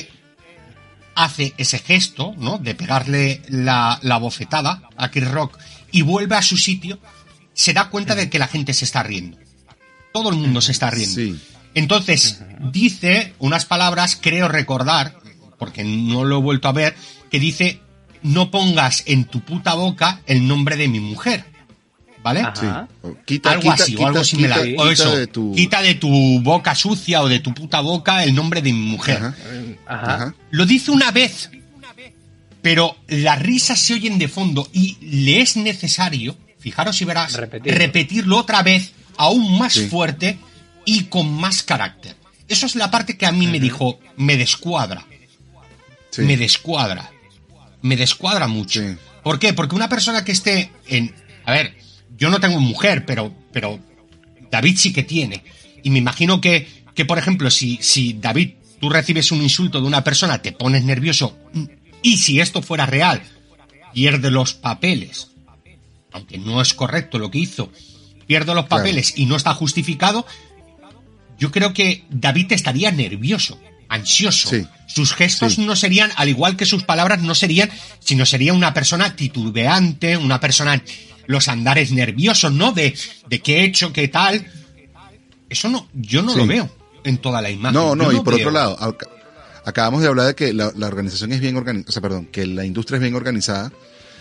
[SPEAKER 2] hace ese gesto, ¿no? De pegarle la bofetada a Chris Rock y vuelve a su sitio, se da cuenta de que la gente se está riendo. Todo el mundo se está riendo.
[SPEAKER 1] Sí.
[SPEAKER 2] Entonces, dice unas palabras, creo recordar, porque no lo he vuelto a ver, que dice: no pongas en tu puta boca el nombre de mi mujer. ¿Vale?
[SPEAKER 3] Ajá.
[SPEAKER 1] Sí.
[SPEAKER 2] Algo así, o algo similar.
[SPEAKER 1] Quita,
[SPEAKER 2] o eso,
[SPEAKER 1] quita
[SPEAKER 2] quita de tu boca sucia o de tu puta boca el nombre de mi mujer.
[SPEAKER 1] Ajá.
[SPEAKER 3] Ajá.
[SPEAKER 1] Ajá.
[SPEAKER 2] Lo dice una vez, pero las risas se oyen de fondo y le es necesario, fijaros si verás, repetirlo otra vez, aún más fuerte y con más carácter. Eso es la parte que a mí me dijo, me descuadra.
[SPEAKER 1] Sí.
[SPEAKER 2] Me descuadra. Me descuadra mucho.
[SPEAKER 1] Sí.
[SPEAKER 2] ¿Por qué? Porque una persona que esté en... A ver, yo no tengo mujer, pero David sí que tiene. Y me imagino que por ejemplo, si David, tú recibes un insulto de una persona, te pones nervioso, y si esto fuera real, pierde los papeles, aunque no es correcto lo que hizo, pierde los papeles y no está justificado, yo creo que David estaría nervioso, ansioso.
[SPEAKER 1] Sí.
[SPEAKER 2] Sus gestos
[SPEAKER 1] Sí.
[SPEAKER 2] no serían, al igual que sus palabras, no serían, sino sería una persona titubeante, una persona, los andares nerviosos, ¿no? De qué he hecho, qué tal. Eso no, yo no
[SPEAKER 1] Sí.
[SPEAKER 2] lo veo en toda la imagen.
[SPEAKER 1] No,
[SPEAKER 2] Yo
[SPEAKER 1] y por
[SPEAKER 2] veo.
[SPEAKER 1] otro lado, acabamos de hablar de que la organización es bien organizada, o sea, perdón, que la industria es bien organizada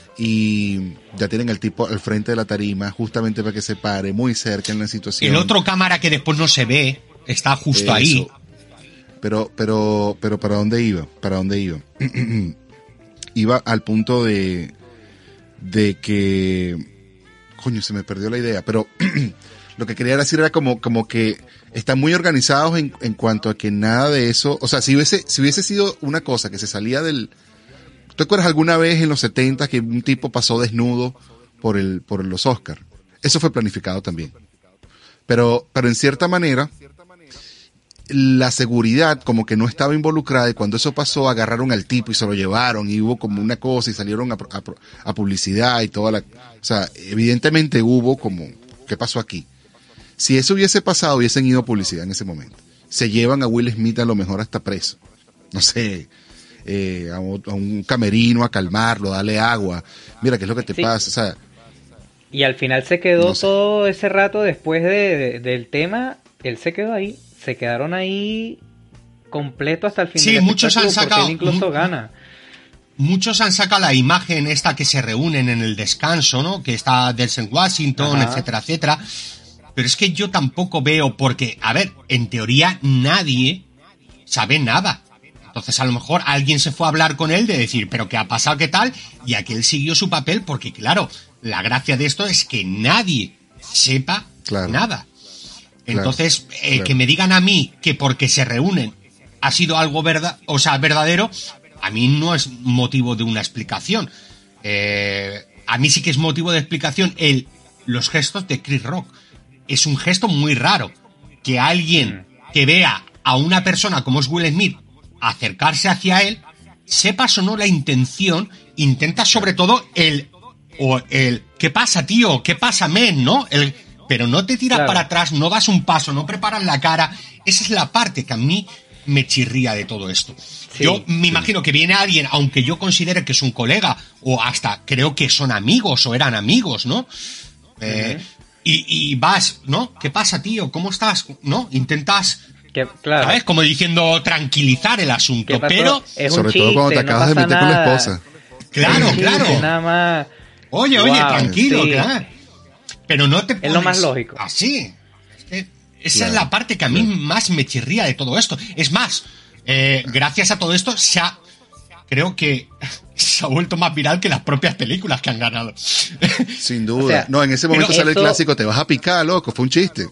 [SPEAKER 1] y ya tienen el tipo al frente de la tarima justamente para que se pare muy cerca en la situación.
[SPEAKER 2] El otro cámara que después no se ve está justo ahí.
[SPEAKER 1] Eso. Pero ¿para dónde iba? Iba al punto de que, coño, se me perdió la idea, pero lo que quería decir era como que están muy organizados en cuanto a que nada de eso, o sea, si hubiese sido una cosa que se salía del... ¿Tú te acuerdas alguna vez en los 70 que un tipo pasó desnudo por los Oscars? Eso fue planificado también. Pero en cierta manera, la seguridad como que no estaba involucrada, y cuando eso pasó agarraron al tipo y se lo llevaron y hubo como una cosa y salieron a publicidad y toda la... O sea, evidentemente hubo como, ¿qué pasó aquí? Si eso hubiese pasado, hubiesen ido a publicidad en ese momento. Se llevan a Will Smith a lo mejor hasta preso. No sé, a un camerino a calmarlo, darle agua. Mira, ¿qué es lo que te pasa? O sea,
[SPEAKER 3] y al final se quedó
[SPEAKER 1] no sé.
[SPEAKER 3] todo ese rato después del tema, él se quedó ahí. Se quedaron ahí completo hasta el final.
[SPEAKER 2] Sí,
[SPEAKER 3] del
[SPEAKER 2] muchos han
[SPEAKER 3] espectáculo,
[SPEAKER 2] sacado...
[SPEAKER 3] porque él incluso gana.
[SPEAKER 2] Muchos han sacado la imagen esta que se reúnen en el descanso, ¿no? Que está Denzel Washington,
[SPEAKER 3] Ajá.
[SPEAKER 2] etcétera, etcétera. Pero es que yo tampoco veo, porque, a ver, en teoría nadie sabe nada. Entonces a lo mejor alguien se fue a hablar con él de decir, pero ¿qué ha pasado? ¿Qué tal? Y aquel siguió su papel porque, claro, la gracia de esto es que nadie sepa nada. Entonces,
[SPEAKER 1] claro.
[SPEAKER 2] Que me digan a mí que porque se reúnen ha sido algo verdadero, a mí no es motivo de una explicación. A mí sí que es motivo de explicación los gestos de Chris Rock. Es un gesto muy raro que alguien que vea a una persona como es Will Smith acercarse hacia él, sepas o no la intención, intenta sobre todo el ¿qué pasa, tío? ¿Qué pasa, men? ¿No? Pero no te tiras para atrás, no das un paso, no preparas la cara. Esa es la parte que a mí me chirría de todo esto. Sí, yo me imagino que viene alguien, aunque yo considere que es un colega, o hasta creo que son amigos o eran amigos, ¿no? Y vas, ¿no? ¿Qué pasa, tío? ¿Cómo estás? ¿No? Intentas, ¿sabes? Como diciendo tranquilizar el asunto, pero...
[SPEAKER 3] Es
[SPEAKER 1] sobre
[SPEAKER 3] chiste,
[SPEAKER 1] todo cuando te acabas de meter
[SPEAKER 3] nada.
[SPEAKER 1] con la esposa.
[SPEAKER 2] Claro,
[SPEAKER 3] chiste,
[SPEAKER 2] claro.
[SPEAKER 3] Nada más.
[SPEAKER 2] Oye, tranquilo, claro. Pero no te pones
[SPEAKER 3] es lo más lógico.
[SPEAKER 2] Así. Esa es la parte que a mí más me chirría de todo esto. Es más, gracias a todo esto creo que se ha vuelto más viral que las propias películas que han ganado.
[SPEAKER 1] Sin duda. O sea, no, en ese momento sale el clásico, te vas a picar, loco, fue un chiste.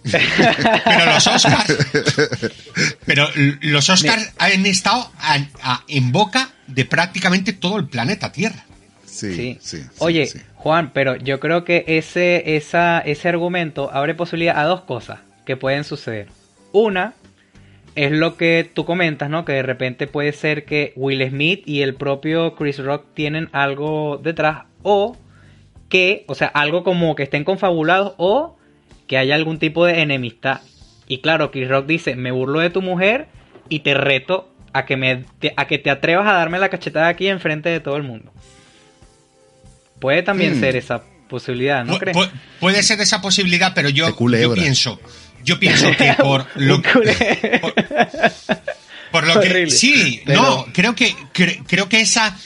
[SPEAKER 2] Pero los Oscars han estado en boca de prácticamente todo el planeta Tierra.
[SPEAKER 1] Sí.
[SPEAKER 3] Oye, Juan, pero yo creo que ese argumento abre posibilidad a dos cosas que pueden suceder. Una es lo que tú comentas, ¿no? Que de repente puede ser que Will Smith y el propio Chris Rock tienen algo detrás, o sea, algo como que estén confabulados, o que haya algún tipo de enemistad. Y claro, Chris Rock dice, me burlo de tu mujer y te reto a que te atrevas a darme la cachetada aquí enfrente de todo el mundo. Puede también ser esa posibilidad, ¿no crees?
[SPEAKER 2] Puede ser esa posibilidad, pero yo pienso que por lo que
[SPEAKER 3] horrible.
[SPEAKER 2] sí, pero... no, creo que esa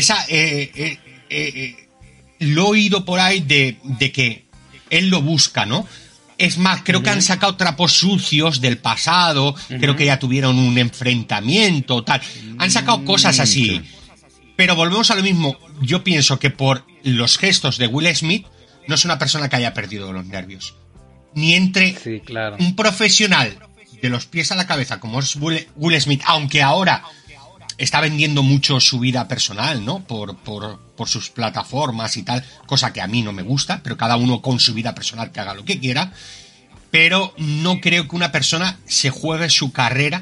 [SPEAKER 2] lo he oído por ahí de que él lo busca, ¿no? Es más, creo que han sacado trapos sucios del pasado, creo que ya tuvieron un enfrentamiento, tal. Han sacado cosas así. Pero volvemos a lo mismo. Yo pienso que por los gestos de Will Smith no es una persona que haya perdido los nervios. Ni entre un profesional de los pies a la cabeza como es Will Smith, aunque ahora está vendiendo mucho su vida personal, ¿no? Por sus plataformas y tal, cosa que a mí no me gusta, pero cada uno con su vida personal que haga lo que quiera. Pero no creo que una persona se juegue su carrera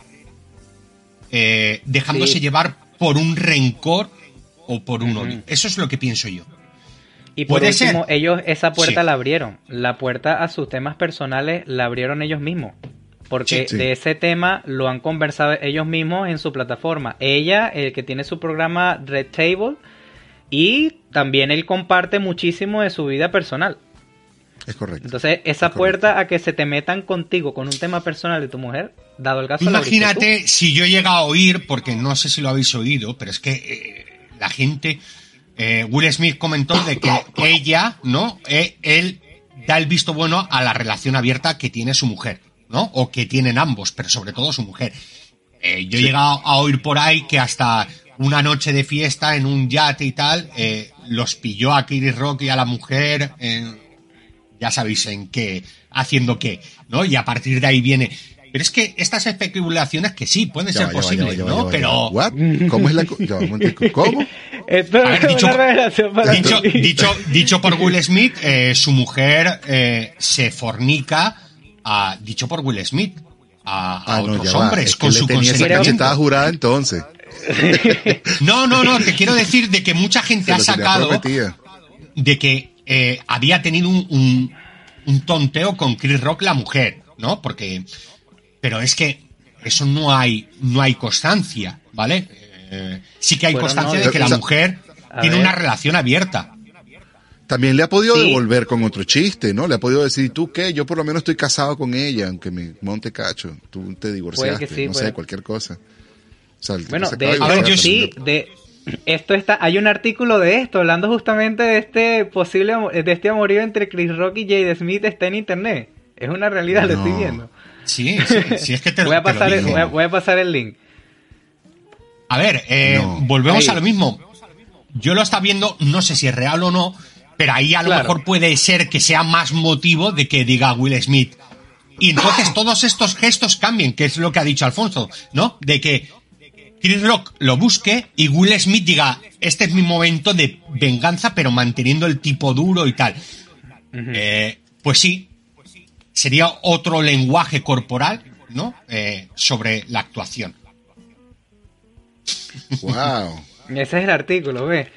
[SPEAKER 2] dejándose llevar por un rencor o por un odio. Eso es lo que pienso yo.
[SPEAKER 3] Y por último, ellos esa puerta la abrieron. La puerta a sus temas personales la abrieron ellos mismos. Porque de ese tema lo han conversado ellos mismos en su plataforma. Ella, el que tiene su programa Red Table, y también él comparte muchísimo de su vida personal.
[SPEAKER 1] Es correcto.
[SPEAKER 3] Entonces, esa puerta a que se te metan contigo con un tema personal de tu mujer, dado el caso...
[SPEAKER 2] Imagínate si yo llegaba a oír, porque no sé si lo habéis oído, pero es que la gente... Will Smith comentó de que ella, ¿no? Él da el visto bueno a la relación abierta que tiene su mujer, ¿no? O que tienen ambos, pero sobre todo su mujer. Yo he llegado a oír por ahí que hasta una noche de fiesta en un yate y tal, los pilló a Chris Rock y a la mujer, ya sabéis en qué, haciendo qué, ¿no? Y a partir de ahí viene... Pero es que estas especulaciones que sí, pueden ser posibles, ¿no? Pero...
[SPEAKER 1] ¿What? ¿Cómo es la cosa? ¿Cómo?
[SPEAKER 3] Esto es una revelación para
[SPEAKER 2] dicho por Will Smith, su mujer se fornica, dicho por Will Smith, a
[SPEAKER 1] no,
[SPEAKER 2] otros
[SPEAKER 1] ya va.
[SPEAKER 2] hombres
[SPEAKER 1] Es que
[SPEAKER 2] con
[SPEAKER 1] le
[SPEAKER 2] su
[SPEAKER 1] tenía esa
[SPEAKER 2] consentimiento.
[SPEAKER 1] cachetada jurada entonces.
[SPEAKER 2] No, te quiero decir de que mucha gente ha
[SPEAKER 1] Se lo tenía
[SPEAKER 2] sacado
[SPEAKER 1] prometida.
[SPEAKER 2] de que había tenido un tonteo con Chris Rock, la mujer, ¿no? Pero es que eso no hay constancia, ¿vale? Sí que hay
[SPEAKER 3] Bueno,
[SPEAKER 2] constancia
[SPEAKER 3] no,
[SPEAKER 2] de que la
[SPEAKER 1] o sea,
[SPEAKER 2] mujer
[SPEAKER 3] a
[SPEAKER 2] tiene
[SPEAKER 3] ver.
[SPEAKER 2] una relación abierta.
[SPEAKER 1] También le ha podido
[SPEAKER 3] Sí.
[SPEAKER 1] devolver con otro chiste, ¿no? Le ha podido decir, ¿tú qué? Yo por lo menos estoy casado con ella, aunque me monte cacho. Tú te divorciaste,
[SPEAKER 3] Puede que sí,
[SPEAKER 1] no
[SPEAKER 3] puede.
[SPEAKER 1] sé, cualquier cosa. O sea, el tipo
[SPEAKER 3] Bueno,
[SPEAKER 1] se
[SPEAKER 3] de
[SPEAKER 1] acaba
[SPEAKER 2] A ver,
[SPEAKER 3] hecho,
[SPEAKER 2] yo
[SPEAKER 3] sí, esto está, hay un artículo de esto, hablando justamente de este posible, de este amorío entre Chris Rock y Jade Smith, está en internet. Es una realidad, lo estoy
[SPEAKER 1] No.
[SPEAKER 3] viendo.
[SPEAKER 2] Sí, es que
[SPEAKER 3] Voy a
[SPEAKER 2] te lo
[SPEAKER 3] pasar,
[SPEAKER 2] dije.
[SPEAKER 3] voy a pasar el link.
[SPEAKER 2] A ver,
[SPEAKER 1] No.
[SPEAKER 2] volvemos
[SPEAKER 3] Ahí.
[SPEAKER 2] a lo mismo. Yo lo estaba viendo, no sé si es real o no, pero ahí a lo
[SPEAKER 3] Claro.
[SPEAKER 2] mejor puede ser que sea más motivo de que diga Will Smith. Y entonces todos estos gestos cambien, que es lo que ha dicho Alfonso, ¿no? De que Chris Rock lo busque y Will Smith diga, este es mi momento de venganza, pero manteniendo el tipo duro y tal.
[SPEAKER 3] Ujú.
[SPEAKER 2] Pues sí, sería otro lenguaje corporal, ¿no? Sobre la actuación.
[SPEAKER 1] Wow.
[SPEAKER 3] Ese es el artículo, ¿ves?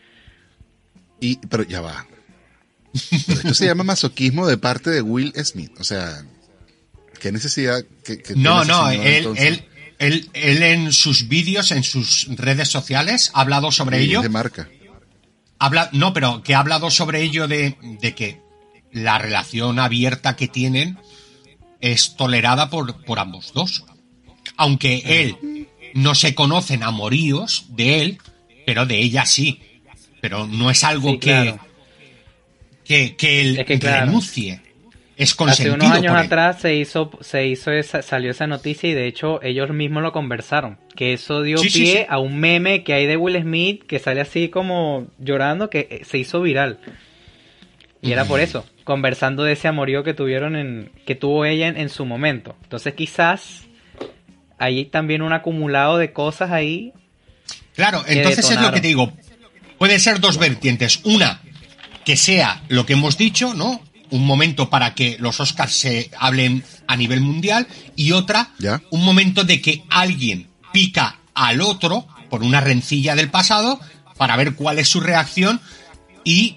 [SPEAKER 1] Pero ya va. Pero esto se llama masoquismo de parte de Will Smith. O sea, ¿qué necesidad? Que
[SPEAKER 2] No,
[SPEAKER 1] tiene ese señor,
[SPEAKER 2] él,
[SPEAKER 1] entonces?
[SPEAKER 2] él en sus vídeos, en sus redes sociales, ha hablado sobre
[SPEAKER 1] Sí,
[SPEAKER 2] ello.
[SPEAKER 1] es de marca.
[SPEAKER 2] No, pero que ha hablado sobre ello de que la relación abierta que tienen es tolerada por ambos dos. Aunque él no se conocen amoríos de él, pero de ella sí. Pero no es algo
[SPEAKER 3] Sí, claro.
[SPEAKER 2] que él
[SPEAKER 3] Es que, claro,
[SPEAKER 2] renuncie. Es
[SPEAKER 3] hace
[SPEAKER 2] consentido
[SPEAKER 3] unos años
[SPEAKER 2] por él.
[SPEAKER 3] atrás salió esa noticia y de hecho ellos mismos lo conversaron. Que eso dio
[SPEAKER 2] Sí, sí,
[SPEAKER 3] pie
[SPEAKER 2] sí.
[SPEAKER 3] a un meme que hay de Will Smith que sale así como llorando, que se hizo viral. Y era por eso, conversando de ese amorío que que tuvo ella en su momento. Entonces quizás hay también un acumulado de cosas ahí.
[SPEAKER 2] Claro,
[SPEAKER 3] que
[SPEAKER 2] entonces es lo
[SPEAKER 3] detonaron.
[SPEAKER 2] que te digo. Puede ser dos vertientes. Una, que sea lo que hemos dicho, ¿no? Un momento para que los Oscars se hablen a nivel mundial. Y otra,
[SPEAKER 1] ¿Ya?
[SPEAKER 2] un momento de que alguien pica al otro por una rencilla del pasado para ver cuál es su reacción y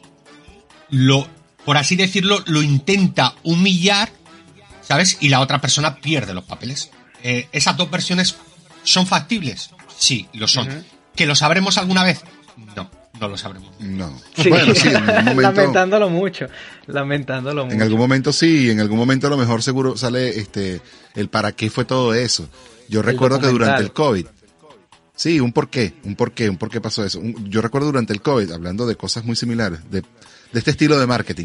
[SPEAKER 2] por así decirlo, lo intenta humillar, ¿sabes? Y la otra persona pierde los papeles. ¿Esas dos versiones son factibles? Sí, lo son.
[SPEAKER 3] Ujú.
[SPEAKER 2] ¿Que lo sabremos alguna vez? No lo sabremos.
[SPEAKER 1] No.
[SPEAKER 3] Sí.
[SPEAKER 1] Bueno, sí, en algún momento.
[SPEAKER 3] lamentándolo mucho. Lamentándolo mucho.
[SPEAKER 1] En algún momento sí, en algún momento a lo mejor seguro sale el para qué fue todo eso. Yo recuerdo que durante el COVID, sí, un por qué pasó eso. Yo recuerdo durante el COVID, hablando de cosas muy similares, de este estilo de marketing.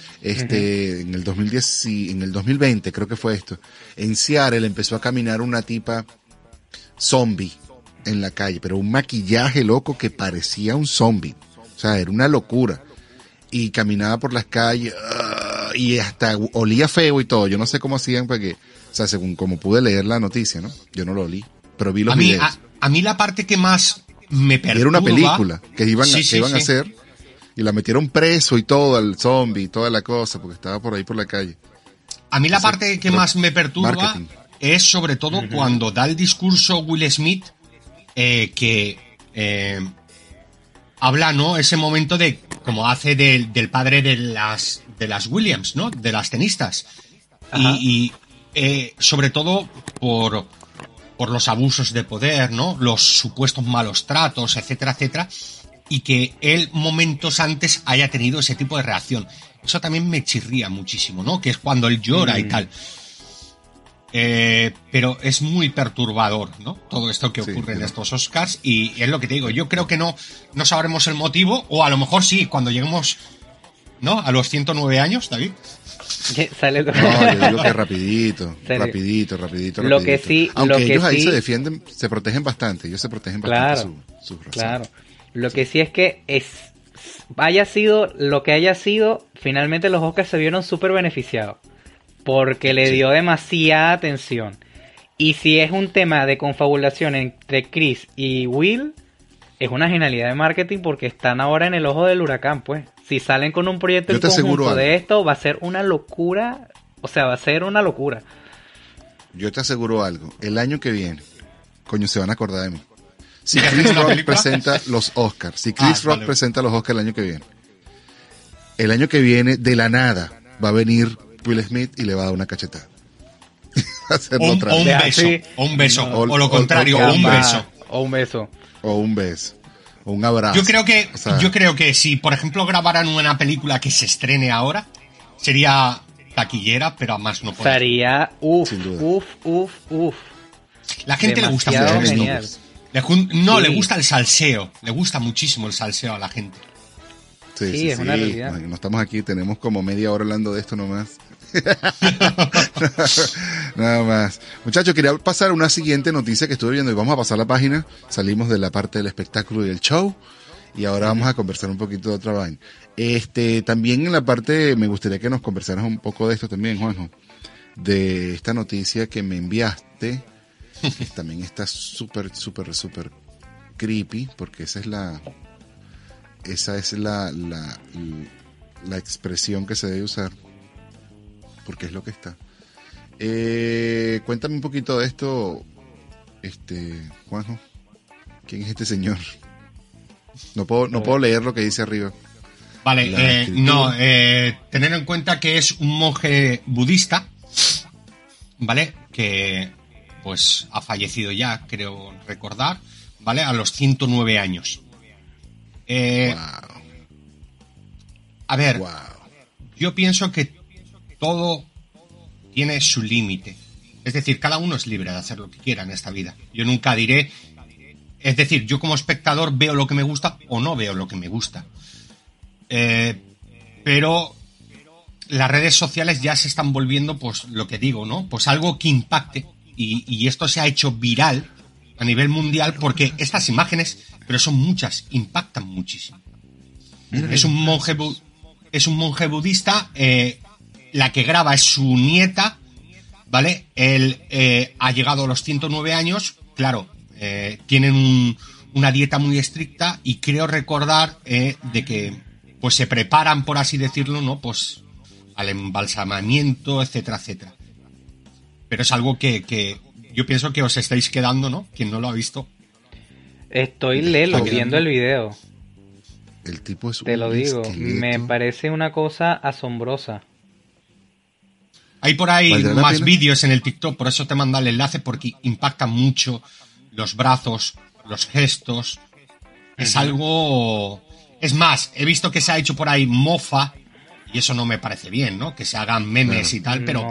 [SPEAKER 1] En el 2010 y en el 2020 creo que fue esto. En Seattle empezó a caminar una tipa zombie en la calle, pero un maquillaje loco que parecía un zombie. O sea, era una locura. Y caminaba por las calles y hasta olía feo y todo. Yo no sé cómo hacían porque, o sea, según como pude leer la noticia, ¿no? Yo no lo olí, pero vi los videos.
[SPEAKER 2] A mí la parte que más me
[SPEAKER 1] Y
[SPEAKER 2] perturba...
[SPEAKER 1] era una película que iban
[SPEAKER 2] Sí,
[SPEAKER 1] a hacer y la metieron preso y todo al zombie y toda la cosa porque estaba por ahí por la calle.
[SPEAKER 2] A mí la parte que más me perturba
[SPEAKER 1] marketing.
[SPEAKER 2] es sobre todo cuando da el discurso Will Smith que habla, ¿no? Ese momento de como hace del padre de las Williams, ¿no? De las tenistas.
[SPEAKER 3] Ajá.
[SPEAKER 2] Y sobre todo por los abusos de poder, ¿no? Los supuestos malos tratos, etcétera, etcétera. Y que él momentos antes haya tenido ese tipo de reacción. Eso también me chirría muchísimo, ¿no? Que es cuando él llora y tal. Pero es muy perturbador, ¿no? Todo esto que ocurre en estos Oscars. Y es lo que te digo. Yo creo que no sabremos el motivo. O a lo mejor sí, cuando lleguemos, ¿no? A los 109 años, David.
[SPEAKER 3] Sale
[SPEAKER 1] No, yo digo que rapidito.
[SPEAKER 3] Lo que sí,
[SPEAKER 1] aunque
[SPEAKER 3] lo que
[SPEAKER 1] ellos ahí
[SPEAKER 3] sí-
[SPEAKER 1] se defienden, se protegen bastante. Ellos se protegen bastante sus razones.
[SPEAKER 3] Claro. Lo que sí es que haya sido lo que haya sido, finalmente los Oscars se vieron súper beneficiados. Porque le dio demasiada atención. Y si es un tema de confabulación entre Chris y Will, es una genialidad de marketing porque están ahora en el ojo del huracán, pues. Si salen con un proyecto
[SPEAKER 1] Yo
[SPEAKER 3] en
[SPEAKER 1] te aseguro
[SPEAKER 3] conjunto
[SPEAKER 1] algo.
[SPEAKER 3] de esto, va a ser una locura. O sea, va a ser una locura.
[SPEAKER 1] yo te aseguro algo. El año que viene, coño, se van a acordar de mí. Si
[SPEAKER 2] ¿Qué
[SPEAKER 1] Chris
[SPEAKER 2] haces, una
[SPEAKER 1] Rock
[SPEAKER 2] película?
[SPEAKER 1] presenta los Oscars, si Chris Rock
[SPEAKER 2] vale.
[SPEAKER 1] presenta los Oscars el año que viene, de la nada, va a venir Will Smith y le va a dar una cachetada. Va a hacerlo otra
[SPEAKER 2] O un
[SPEAKER 1] vez.
[SPEAKER 2] beso,
[SPEAKER 3] Sí.
[SPEAKER 2] o un beso,
[SPEAKER 1] No.
[SPEAKER 2] o lo contrario, o un
[SPEAKER 3] Caramba.
[SPEAKER 2] beso.
[SPEAKER 3] O un beso.
[SPEAKER 1] O un beso. O un abrazo.
[SPEAKER 2] Yo creo
[SPEAKER 1] O sea,
[SPEAKER 2] que si, por ejemplo, grabaran una película que se estrene ahora, sería taquillera, pero a más no poder.
[SPEAKER 3] Sería
[SPEAKER 1] Sin duda.
[SPEAKER 3] uf.
[SPEAKER 2] La gente le gusta
[SPEAKER 3] Demasiado
[SPEAKER 2] mucho esto.
[SPEAKER 3] genial.
[SPEAKER 2] No,
[SPEAKER 3] Sí.
[SPEAKER 2] le gusta el salseo. Le gusta muchísimo el salseo a la gente.
[SPEAKER 3] Sí, es una realidad.
[SPEAKER 1] No estamos aquí, tenemos como media hora hablando de esto nomás. Nada más. Muchachos, quería pasar una siguiente noticia que estuve viendo y vamos a pasar la página. Salimos de la parte del espectáculo y del show y ahora vamos a conversar un poquito de otra vaina. También en la parte, me gustaría que nos conversaras un poco de esto también, Juanjo, de esta noticia que me enviaste, que también está súper creepy, porque esa es la expresión que se debe usar, porque es lo que está. Cuéntame un poquito de esto, Juanjo. ¿Quién es este señor? No puedo leer lo que dice arriba.
[SPEAKER 2] Vale,
[SPEAKER 1] La escritura.
[SPEAKER 2] tener en cuenta que es un monje budista, ¿vale? Que pues ha fallecido ya, creo recordar, ¿vale? A los 109 años.
[SPEAKER 1] Wow.
[SPEAKER 2] A ver,
[SPEAKER 1] Wow.
[SPEAKER 2] yo pienso que todo tiene su límite. Es decir, cada uno es libre de hacer lo que quiera en esta vida. Yo nunca diré... Es decir, yo como espectador veo lo que me gusta o no veo lo que me gusta. Pero las redes sociales ya se están volviendo, pues lo que digo, ¿no? Pues algo que impacte. Y esto se ha hecho viral a nivel mundial porque estas imágenes, pero son muchas, impactan muchísimo. Es un monje budista, la que graba es su nieta, ¿vale? Él ha llegado a los 109 años, claro, tienen una dieta muy estricta y creo recordar de que pues se preparan, por así decirlo, ¿no? Pues al embalsamamiento, etcétera, etcétera. Pero es algo que yo pienso que os estáis quedando, ¿no? Quien no lo ha visto.
[SPEAKER 3] Estoy lelo
[SPEAKER 1] Está
[SPEAKER 3] viendo el video.
[SPEAKER 1] El tipo es
[SPEAKER 3] Te
[SPEAKER 1] un
[SPEAKER 3] lo digo.
[SPEAKER 1] esqueleto.
[SPEAKER 3] Me parece una cosa asombrosa.
[SPEAKER 2] Hay por ahí
[SPEAKER 1] ¿Valdrá la
[SPEAKER 2] más
[SPEAKER 1] pena?
[SPEAKER 2] vídeos en el TikTok, por eso te mando el enlace, porque impactan mucho los brazos, los gestos. Es algo... Es más, he visto que se ha hecho por ahí mofa, y eso no me parece bien, ¿no? Que se hagan memes y tal, pero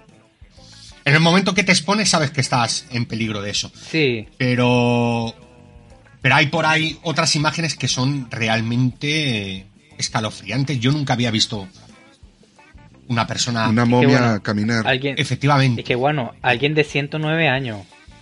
[SPEAKER 2] en el momento que te expones sabes que estás en peligro de eso.
[SPEAKER 3] Sí,
[SPEAKER 2] Pero hay por ahí otras imágenes que son realmente escalofriantes. Yo nunca había visto una persona...
[SPEAKER 1] Una
[SPEAKER 3] que
[SPEAKER 1] momia
[SPEAKER 3] bueno,
[SPEAKER 1] caminar.
[SPEAKER 3] alguien,
[SPEAKER 2] Efectivamente.
[SPEAKER 3] es que bueno, alguien de 109 años.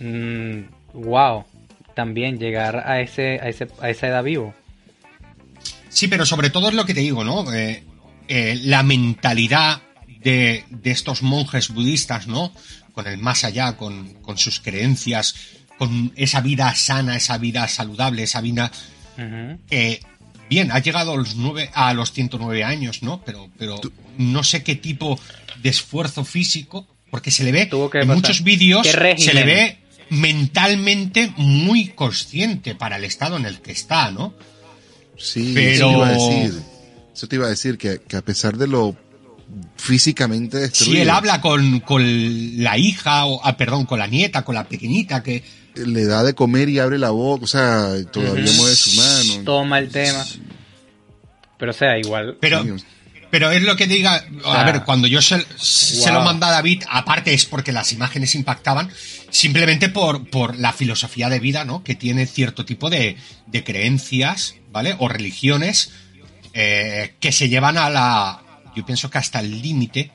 [SPEAKER 3] Wow. También llegar a esa edad vivo.
[SPEAKER 2] Sí, pero sobre todo es lo que te digo, ¿no? La mentalidad de estos monjes budistas, ¿no? Con el más allá, con sus creencias, con esa vida sana, esa vida saludable, esa vida
[SPEAKER 3] Ujú.
[SPEAKER 2] que, bien, ha llegado a los 109 años, ¿no? Pero no sé qué tipo de esfuerzo físico, porque se le ve
[SPEAKER 3] Tuvo que
[SPEAKER 2] en
[SPEAKER 3] pasar.
[SPEAKER 2] muchos vídeos,
[SPEAKER 3] ¿Qué régimen?
[SPEAKER 2] se le ve mentalmente muy consciente para el estado en el que está, ¿no?
[SPEAKER 1] Sí,
[SPEAKER 2] Pero-
[SPEAKER 1] Eso te iba a decir que a pesar de lo físicamente destruido,
[SPEAKER 2] Si él habla con la hija, perdón, con la nieta, con la pequeñita, que
[SPEAKER 1] le da de comer y abre la boca, o sea, todavía
[SPEAKER 3] Ujú.
[SPEAKER 1] mueve su mano.
[SPEAKER 3] Toma el tema. Pero o sea, igual.
[SPEAKER 2] Pero,
[SPEAKER 1] Sí,
[SPEAKER 2] pero es lo que diga, a
[SPEAKER 3] Ah.
[SPEAKER 2] ver, cuando yo se lo
[SPEAKER 3] Wow.
[SPEAKER 2] mandé a David, aparte es porque las imágenes impactaban, simplemente por la filosofía de vida, ¿no? Que tiene cierto tipo de creencias, ¿vale? O religiones que se llevan yo pienso que hasta el límite,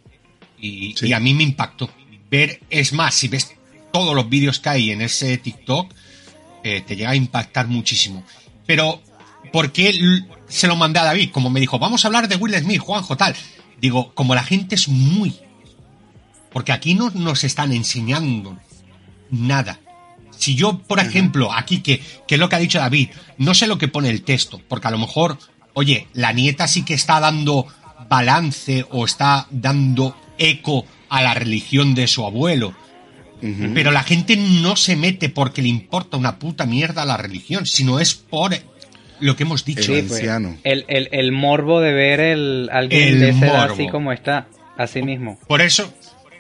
[SPEAKER 2] y a mí me impactó. Es más, si ves todos los vídeos que hay en ese TikTok, te llega a impactar muchísimo. Pero, ¿por qué se lo mandé a David? Como me dijo, vamos a hablar de Will Smith, Juanjo, tal. Digo, como la gente es muy... Porque aquí no nos están enseñando nada. Si yo, por ejemplo, aquí, que es lo que ha dicho David, no sé lo que pone el texto, porque a lo mejor, oye, la nieta sí que está dando balance o está dando eco a la religión de su abuelo,
[SPEAKER 1] Ujú.
[SPEAKER 2] Pero la gente no se mete porque le importa una puta mierda la religión, sino es por lo que hemos dicho.
[SPEAKER 1] El
[SPEAKER 3] Sí, pues,
[SPEAKER 1] anciano.
[SPEAKER 3] el morbo de ver alguien
[SPEAKER 2] El
[SPEAKER 3] de esa edad
[SPEAKER 2] morbo.
[SPEAKER 3] así como está, así mismo.
[SPEAKER 2] Por eso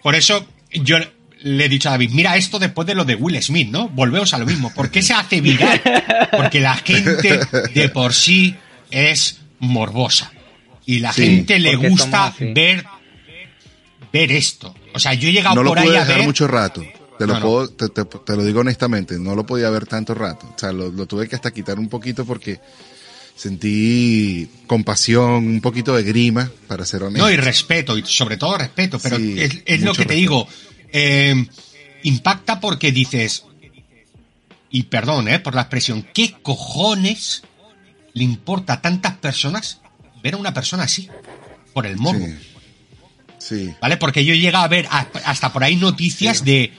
[SPEAKER 2] yo le he dicho a David, mira esto después de lo de Will Smith, ¿no? Volvemos a lo mismo. ¿Por qué se hace viral? Porque la gente de por sí es morbosa. Y la
[SPEAKER 1] Sí,
[SPEAKER 2] gente le
[SPEAKER 3] porque
[SPEAKER 2] gusta
[SPEAKER 3] somos así.
[SPEAKER 2] ver esto. O sea, yo he llegado
[SPEAKER 1] No lo
[SPEAKER 2] por ahí
[SPEAKER 1] pude
[SPEAKER 2] a
[SPEAKER 1] dejar
[SPEAKER 2] ver...
[SPEAKER 1] mucho rato. Te lo,
[SPEAKER 2] No, no.
[SPEAKER 1] puedo, te lo digo honestamente, no lo podía ver tanto rato. O sea, lo tuve que hasta quitar un poquito porque sentí compasión, un poquito de grima, para ser honesto.
[SPEAKER 2] No, y respeto, y sobre todo respeto, pero
[SPEAKER 1] Sí,
[SPEAKER 2] es lo
[SPEAKER 1] mucho
[SPEAKER 2] que te
[SPEAKER 1] respeto.
[SPEAKER 2] digo. Impacta porque dices, y perdón, por la expresión, ¿qué cojones le importa a tantas personas ver a una persona así? Por el morbo.
[SPEAKER 1] Sí. Sí.
[SPEAKER 2] ¿Vale? Porque yo he llegado a ver hasta por ahí noticias de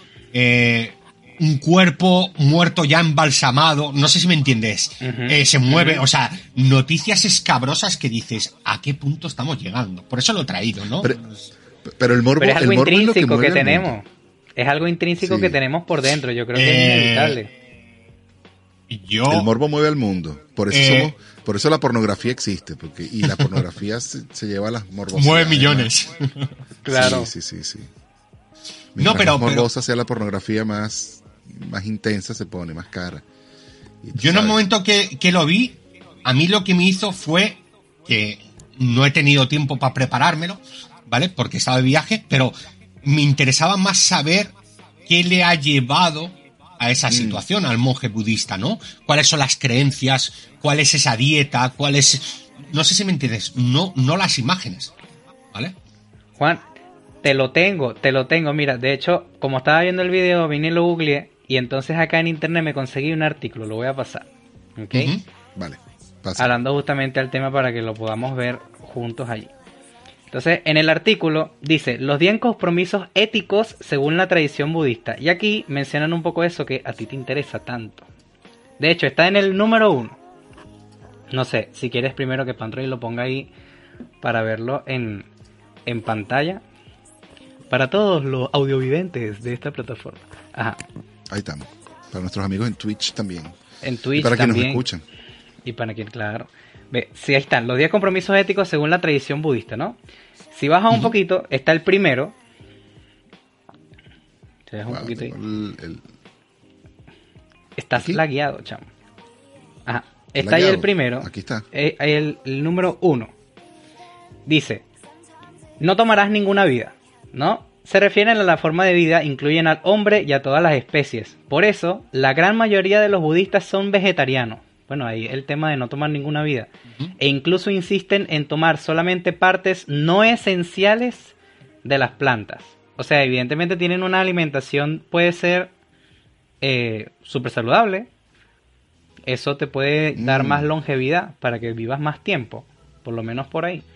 [SPEAKER 2] un cuerpo muerto ya embalsamado, no sé si me entiendes,
[SPEAKER 3] Ujú.
[SPEAKER 2] se mueve, o sea, noticias escabrosas que dices, ¿a qué punto estamos llegando? Por eso lo he traído, ¿no?
[SPEAKER 1] Pero el morbo,
[SPEAKER 3] Pero es algo
[SPEAKER 1] el morbo es lo que
[SPEAKER 3] intrínseco
[SPEAKER 1] mueve
[SPEAKER 3] que
[SPEAKER 1] al mundo.
[SPEAKER 3] tenemos. Es algo intrínseco
[SPEAKER 1] Sí.
[SPEAKER 3] que tenemos por dentro. Yo creo que es inevitable.
[SPEAKER 2] Yo,
[SPEAKER 1] El morbo mueve al mundo. Por eso por eso la pornografía existe, y la pornografía se lleva a las morbosas.
[SPEAKER 2] mueve millones.
[SPEAKER 3] Claro.
[SPEAKER 1] Sí.
[SPEAKER 2] No,
[SPEAKER 1] Mientras
[SPEAKER 2] pero-
[SPEAKER 1] más morbosa sea la pornografía, más intensa se pone, más cara. Y tú
[SPEAKER 2] Yo en el
[SPEAKER 1] sabes.
[SPEAKER 2] momento que lo vi, a mí lo que me hizo fue que no he tenido tiempo para preparármelo, ¿vale? Porque estaba de viaje, pero me interesaba más saber qué le ha llevado a esa situación, al monje budista, ¿no? ¿Cuáles son las creencias? ¿Cuál es esa dieta? ¿Cuál es...? No sé si me entiendes, no las imágenes, ¿vale?
[SPEAKER 3] Juan, te lo tengo. Mira, de hecho, como estaba viendo el video, vine y lo googleé. Y entonces acá en internet me conseguí un artículo, lo voy a pasar. ¿Ok?
[SPEAKER 2] Ujú.
[SPEAKER 1] Vale, pasa.
[SPEAKER 3] Hablando justamente al tema para que lo podamos ver juntos allí. Entonces, en el artículo dice, los 10 compromisos éticos según la tradición budista. Y aquí mencionan un poco eso que a ti te interesa tanto. De hecho, está en el número 1. No sé, si quieres primero que Pandroid lo ponga ahí para verlo en pantalla. Para todos los audiovidentes de esta plataforma. Ajá.
[SPEAKER 1] Ahí estamos. Para nuestros amigos en Twitch también.
[SPEAKER 3] En
[SPEAKER 1] Y
[SPEAKER 3] Twitch
[SPEAKER 1] para quienes nos
[SPEAKER 3] también.
[SPEAKER 1] escuchan.
[SPEAKER 3] Y para quien, claro. Ve, sí, ahí están, los 10 compromisos éticos según la tradición budista, ¿no? Si bajas un poquito, está el primero. Te dejas un
[SPEAKER 1] Wow,
[SPEAKER 3] poquito ahí.
[SPEAKER 1] tengo
[SPEAKER 3] Estás
[SPEAKER 1] ¿aquí?
[SPEAKER 3] lagueado, chamo. Ajá. Está ahí
[SPEAKER 1] lagueado.
[SPEAKER 3] el primero.
[SPEAKER 1] Aquí está.
[SPEAKER 3] Ahí el número 1. Dice, no tomarás ninguna vida, ¿no? Se refieren a la forma de vida, incluyen al hombre y a todas las especies. Por eso, la gran mayoría de los budistas son vegetarianos. Bueno, ahí el tema de no tomar ninguna vida. E incluso insisten en tomar solamente partes no esenciales de las plantas. O sea, evidentemente tienen una alimentación, puede ser súper saludable. Eso te puede dar más longevidad para que vivas más tiempo. Por lo menos por ahí.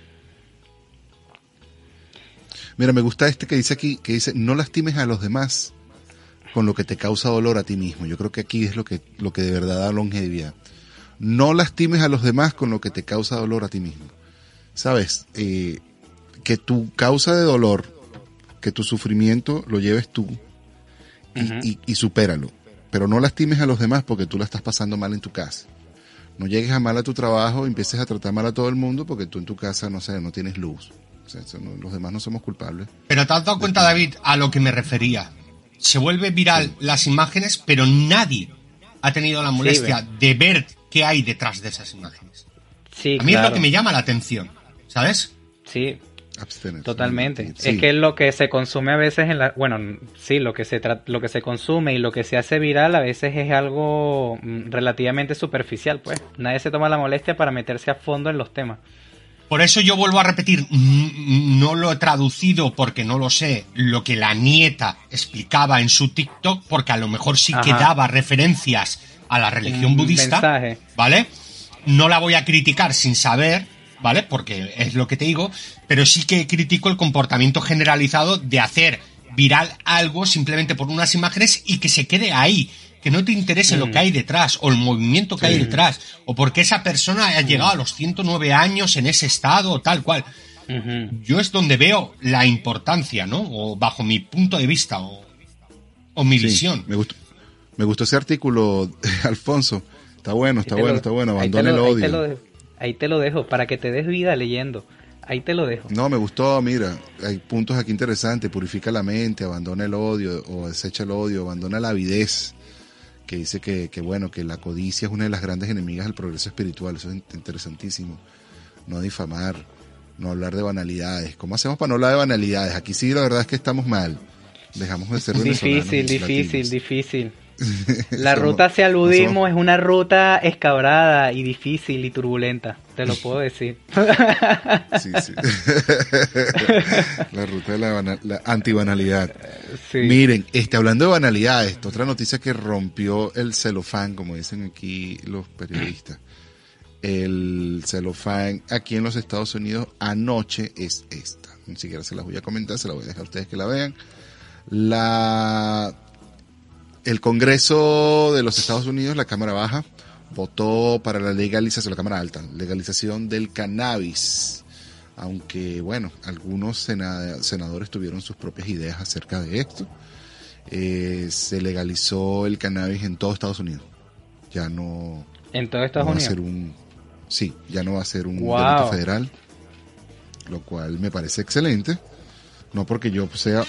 [SPEAKER 1] Mira, me gusta este que dice aquí, que dice, no lastimes a los demás con lo que te causa dolor a ti mismo. Yo creo que aquí es lo que de verdad da longevidad. No lastimes a los demás con lo que te causa dolor a ti mismo. ¿Sabes? Que tu causa de dolor, que tu sufrimiento lo lleves tú y supéralo. Pero no lastimes a los demás porque tú la estás pasando mal en tu casa. No llegues a mal a tu trabajo y empieces a tratar mal a todo el mundo porque tú en tu casa, no sé, no tienes luz. O sea, los demás no somos culpables.
[SPEAKER 2] Pero te has dado cuenta, David, a lo que me refería. Se vuelve viral las imágenes, pero nadie ha tenido la molestia de ver qué hay detrás de esas imágenes.
[SPEAKER 3] Sí,
[SPEAKER 2] A mí
[SPEAKER 3] claro.
[SPEAKER 2] es lo que me llama la atención, ¿sabes?
[SPEAKER 3] Sí,
[SPEAKER 1] Abstenerse.
[SPEAKER 3] totalmente.
[SPEAKER 1] Sí.
[SPEAKER 3] Es que lo que se consume a veces en la... Bueno, sí, lo que se consume y lo que se hace viral a veces es algo relativamente superficial, pues. Nadie se toma la molestia para meterse a fondo en los temas.
[SPEAKER 2] Por eso yo vuelvo a repetir, no lo he traducido porque no lo sé, lo que la nieta explicaba en su TikTok, porque a lo mejor sí que
[SPEAKER 3] Ajá.
[SPEAKER 2] daba referencias a la religión
[SPEAKER 3] Un
[SPEAKER 2] budista,
[SPEAKER 3] mensaje.
[SPEAKER 2] ¿vale? No la voy a criticar sin saber, ¿vale? Porque es lo que te digo, pero sí que critico el comportamiento generalizado de hacer viral algo simplemente por unas imágenes y que se quede ahí, que no te interese lo que hay detrás o el movimiento que hay detrás o porque esa persona ha llegado a los 109 años en ese estado o tal cual.
[SPEAKER 3] Ujú.
[SPEAKER 2] Yo es donde veo la importancia, ¿no? O bajo mi punto de vista. o mi
[SPEAKER 1] Sí,
[SPEAKER 2] visión.
[SPEAKER 1] me gustó ese artículo, Alfonso. Está bueno. Abandona el odio.
[SPEAKER 3] Ahí te lo dejo, para que te des vida leyendo. Ahí te lo dejo.
[SPEAKER 1] No, me gustó, mira, hay puntos aquí interesantes. Purifica la mente, abandona el odio, o desecha el odio, abandona la avidez, que dice que bueno, que la codicia es una de las grandes enemigas del progreso espiritual. Eso es interesantísimo. No difamar, no hablar de banalidades. ¿Cómo hacemos para no hablar de banalidades? Aquí sí, la verdad es que estamos mal. Dejamos de ser venezolanos.
[SPEAKER 3] Difícil. La ruta hacia el budismo es una ruta escabrada y difícil y turbulenta, te lo puedo decir.
[SPEAKER 1] Sí. La ruta de la antibanalidad.
[SPEAKER 3] Sí.
[SPEAKER 1] Miren, hablando de banalidades, otra noticia que rompió el celofán, como dicen aquí los periodistas. El celofán aquí en los Estados Unidos anoche es esta. Ni siquiera se las voy a comentar, se las voy a dejar a ustedes que la vean. El Congreso de los Estados Unidos, la Cámara Baja, votó para la legalización del cannabis. Aunque, bueno, algunos senadores tuvieron sus propias ideas acerca de esto. Se legalizó el cannabis en todo Estados Unidos. Ya no...
[SPEAKER 3] ¿En todo Estados Unidos?
[SPEAKER 1] Ya no va a ser un delito federal, lo cual me parece excelente. No porque yo sea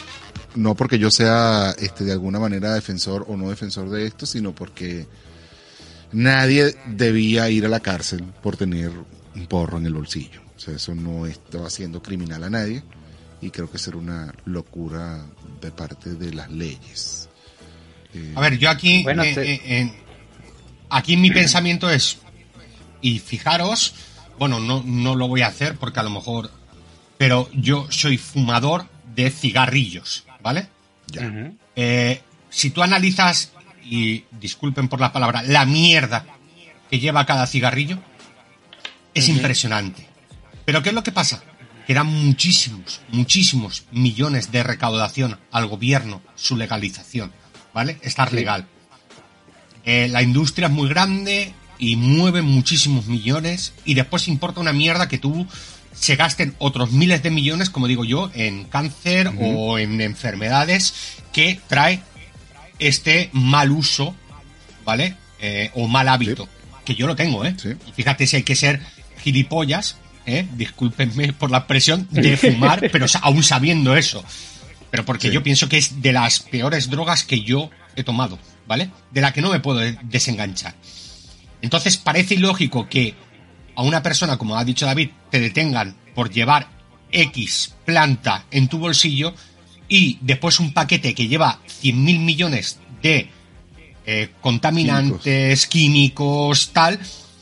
[SPEAKER 1] de alguna manera defensor o no defensor de esto, sino porque nadie debía ir a la cárcel por tener un porro en el bolsillo. O sea, eso no está haciendo criminal a nadie, y creo que será una locura de parte de las leyes.
[SPEAKER 2] A ver, yo aquí, aquí mi pensamiento es, y fijaros, bueno, no lo voy a hacer porque a lo mejor, pero yo soy fumador de cigarrillos, ¿vale?
[SPEAKER 1] Ya.
[SPEAKER 2] Si tú analizas, y disculpen por la palabra, la mierda que lleva cada cigarrillo, es impresionante. Pero ¿qué es lo que pasa? Que dan muchísimos millones de recaudación al gobierno su legalización, ¿vale? Estar legal. La industria es muy grande y mueve muchísimos millones, y después importa una mierda que se gasten otros miles de millones, como digo yo, en cáncer o en enfermedades que trae este mal uso, ¿vale? O mal hábito, que yo lo tengo, ¿eh?
[SPEAKER 1] Sí.
[SPEAKER 2] Y fíjate si hay que ser gilipollas, discúlpenme por la expresión, de fumar, pero aún sabiendo eso. Pero porque yo pienso que es de las peores drogas que yo he tomado, ¿vale? De la que no me puedo desenganchar. Entonces parece ilógico que a una persona, como ha dicho David, te detengan por llevar X planta en tu bolsillo, y después un paquete que lleva 100.000 millones de contaminantes, químicos, tal,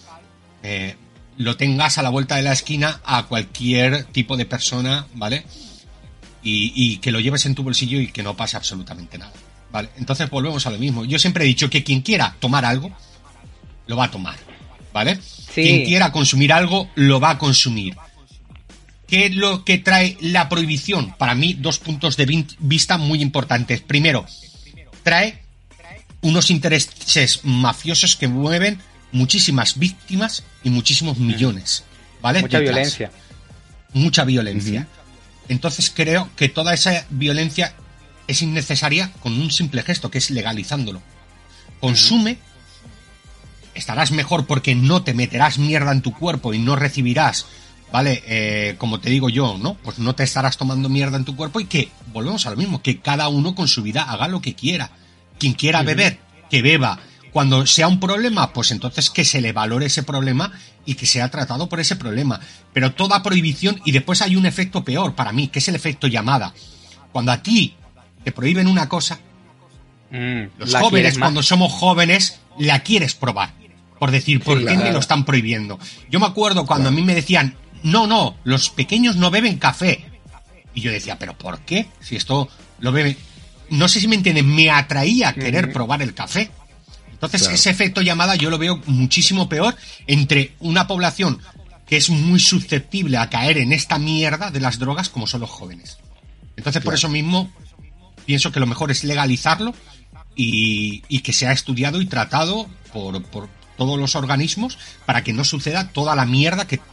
[SPEAKER 2] lo tengas a la vuelta de la esquina a cualquier tipo de persona, ¿vale? Y que lo lleves en tu bolsillo y que no pase absolutamente nada, ¿vale? Entonces volvemos a lo mismo. Yo siempre he dicho que quien quiera tomar algo, lo va a tomar, ¿vale?
[SPEAKER 3] Sí.
[SPEAKER 2] Quien quiera consumir algo, lo va a consumir. ¿Qué es lo que trae la prohibición? Para mí, 2 puntos de vista muy importantes. Primero, trae unos intereses mafiosos que mueven muchísimas víctimas y muchísimos millones, ¿vale?
[SPEAKER 3] Mucha violencia.
[SPEAKER 2] Mucha violencia. Entonces creo que toda esa violencia es innecesaria con un simple gesto, que es legalizándolo. Consume, estarás mejor porque no te meterás mierda en tu cuerpo y no recibirás, ¿vale? Como te digo yo, ¿no? Pues no te estarás tomando mierda en tu cuerpo, y que, volvemos a lo mismo, que cada uno con su vida haga lo que quiera. Quien quiera beber, que beba. Cuando sea un problema, pues entonces que se le valore ese problema y que sea tratado por ese problema. Pero toda prohibición, y después hay un efecto peor para mí, que es el efecto llamada. Cuando a ti te prohíben una cosa, los jóvenes, cuando somos jóvenes, la quieres probar. Por decir, ¿por qué me lo están prohibiendo? Yo me acuerdo cuando a mí me decían, no, los pequeños no beben café. Y yo decía, ¿pero por qué? Si esto lo beben... No sé si me entienden, me atraía a querer probar el café. Entonces ese efecto llamada yo lo veo muchísimo peor entre una población que es muy susceptible a caer en esta mierda de las drogas, como son los jóvenes. Entonces por eso mismo pienso que lo mejor es legalizarlo y que sea estudiado y tratado por todos los organismos para que no suceda toda la mierda que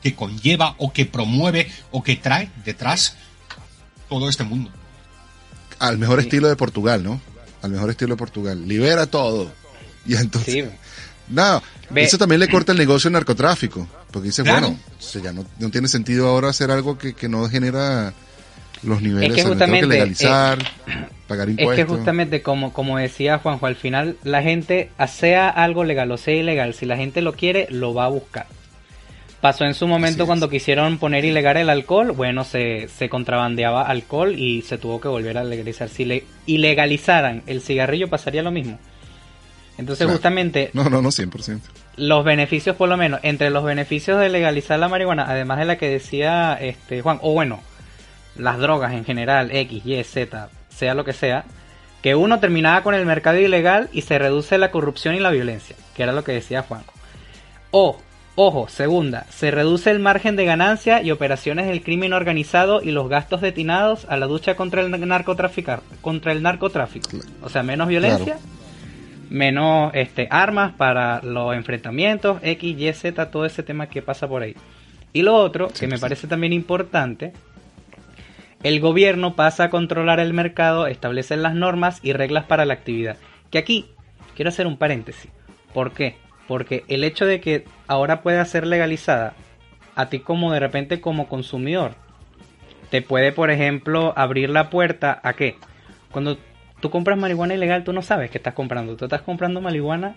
[SPEAKER 2] conlleva o que promueve o que trae detrás todo este mundo.
[SPEAKER 1] al mejor
[SPEAKER 3] Sí.
[SPEAKER 1] estilo de Portugal, ¿no? Al mejor estilo de Portugal. Libera todo. Y entonces,
[SPEAKER 3] Sí.
[SPEAKER 1] no,
[SPEAKER 3] Ve-
[SPEAKER 1] eso también le corta el negocio al narcotráfico. Porque dice,
[SPEAKER 2] Claro.
[SPEAKER 1] bueno, o sea, ya no tiene sentido ahora hacer algo que no genera los niveles.
[SPEAKER 3] Es que
[SPEAKER 1] o sea, tengo que
[SPEAKER 3] justamente,
[SPEAKER 1] legalizar, pagar
[SPEAKER 3] Es
[SPEAKER 1] impuestos.
[SPEAKER 3] que justamente como decía Juanjo, al final la gente, sea algo legal o sea ilegal, si la gente lo quiere, lo va a buscar. Pasó en su momento
[SPEAKER 1] Así es.
[SPEAKER 3] cuando quisieron poner ilegal el alcohol, bueno, se contrabandeaba alcohol y se tuvo que volver a legalizar. Si ilegalizaran el cigarrillo pasaría lo mismo. Entonces
[SPEAKER 1] Claro.
[SPEAKER 3] justamente
[SPEAKER 1] No, 100%.
[SPEAKER 3] los beneficios, por lo menos, entre los beneficios de legalizar la marihuana, además de la que decía Juan, o bueno, las drogas en general, X, Y, Z, sea lo que sea, que uno terminaba con el mercado ilegal y se reduce la corrupción y la violencia, que era lo que decía Juanjo. Ojo, segunda, se reduce el margen de ganancia y operaciones del crimen organizado y los gastos destinados a la lucha contra el narcotráfico. O sea, menos violencia,
[SPEAKER 1] Claro.
[SPEAKER 3] menos armas para los enfrentamientos, X, Y, Z, todo ese tema que pasa por ahí. Y lo otro, que me
[SPEAKER 1] 100%.
[SPEAKER 3] parece también importante, el gobierno pasa a controlar el mercado, establece las normas y reglas para la actividad. Que aquí quiero hacer un paréntesis. ¿Por qué? Porque el hecho de que ahora pueda ser legalizada, a ti como de repente como consumidor, te puede, por ejemplo, abrir la puerta a qué. Cuando tú compras marihuana ilegal, tú no sabes qué estás comprando. Tú estás comprando marihuana.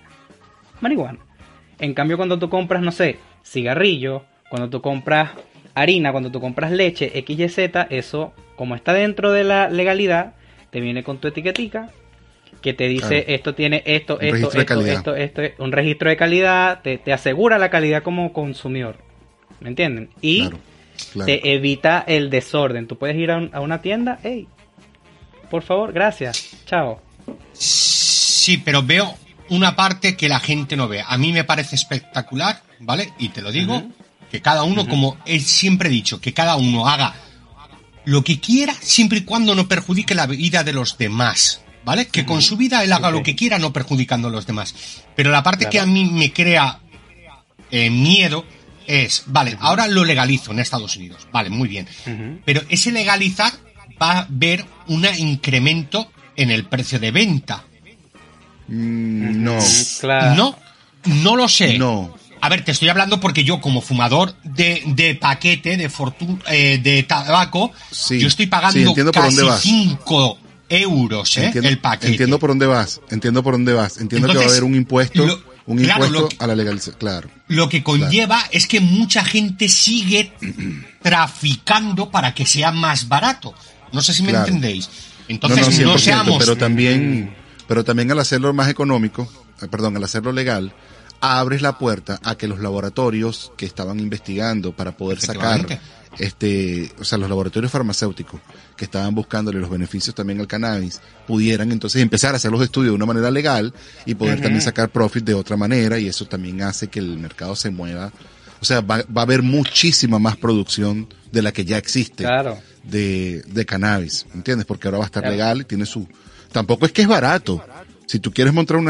[SPEAKER 3] En cambio, cuando tú compras, no sé, cigarrillo, cuando tú compras harina, cuando tú compras leche, XYZ, eso, como está dentro de la legalidad, te viene con tu etiquetica que te dice
[SPEAKER 1] Claro.
[SPEAKER 3] esto tiene esto,
[SPEAKER 1] Un registro de calidad.
[SPEAKER 3] un registro de calidad, te asegura la calidad como consumidor. ¿Me entienden? Y
[SPEAKER 1] Claro.
[SPEAKER 3] te evita el desorden. Tú puedes ir a una tienda, hey, por favor, gracias, chao.
[SPEAKER 2] Sí, pero veo una parte que la gente no ve. A mí me parece espectacular, ¿vale? Y te lo digo,
[SPEAKER 3] Ujú.
[SPEAKER 2] que cada uno, como él siempre he dicho, que cada uno haga lo que quiera siempre y cuando no perjudique la vida de los demás, ¿vale? Que con su vida él haga
[SPEAKER 3] Ok.
[SPEAKER 2] lo que quiera no perjudicando a los demás. Pero la parte
[SPEAKER 3] Claro.
[SPEAKER 2] que a mí me crea miedo es, vale, ahora lo legalizo en Estados Unidos, vale, muy bien.
[SPEAKER 3] Ujú.
[SPEAKER 2] Pero ese legalizar va a ver un incremento en el precio de venta.
[SPEAKER 1] No.
[SPEAKER 3] Claro.
[SPEAKER 2] No lo sé.
[SPEAKER 1] No.
[SPEAKER 2] A ver, te estoy hablando porque yo, como fumador de paquete, de tabaco,
[SPEAKER 1] Sí,
[SPEAKER 2] yo estoy
[SPEAKER 1] sí,
[SPEAKER 2] pagando
[SPEAKER 1] entiendo por
[SPEAKER 2] casi
[SPEAKER 1] dónde vas.
[SPEAKER 2] 5 euros el paquete.
[SPEAKER 1] Entiendo por dónde vas. Entiendo que va a haber un impuesto,
[SPEAKER 2] Claro, lo que-
[SPEAKER 1] a la legalización. Claro.
[SPEAKER 2] Lo que conlleva es que mucha gente sigue traficando para que sea más barato. No sé si me
[SPEAKER 1] Claro.
[SPEAKER 2] entendéis. Entonces, no
[SPEAKER 1] 100%,
[SPEAKER 2] seamos...
[SPEAKER 1] pero también al hacerlo más económico, al hacerlo legal, abres la puerta a que los laboratorios que estaban investigando para poder sacar,
[SPEAKER 2] Efectivamente.
[SPEAKER 1] o sea, los laboratorios farmacéuticos que estaban buscándole los beneficios también al cannabis, pudieran entonces empezar a hacer los estudios de una manera legal y poder
[SPEAKER 3] Ujú.
[SPEAKER 1] también sacar profit de otra manera, y eso también hace que el mercado se mueva. O sea, va a haber muchísima más producción de la que ya existe
[SPEAKER 3] Claro.
[SPEAKER 1] de cannabis, ¿entiendes? Porque ahora va a estar
[SPEAKER 3] Claro.
[SPEAKER 1] legal y tiene su... Tampoco es que es barato. Si tú quieres montar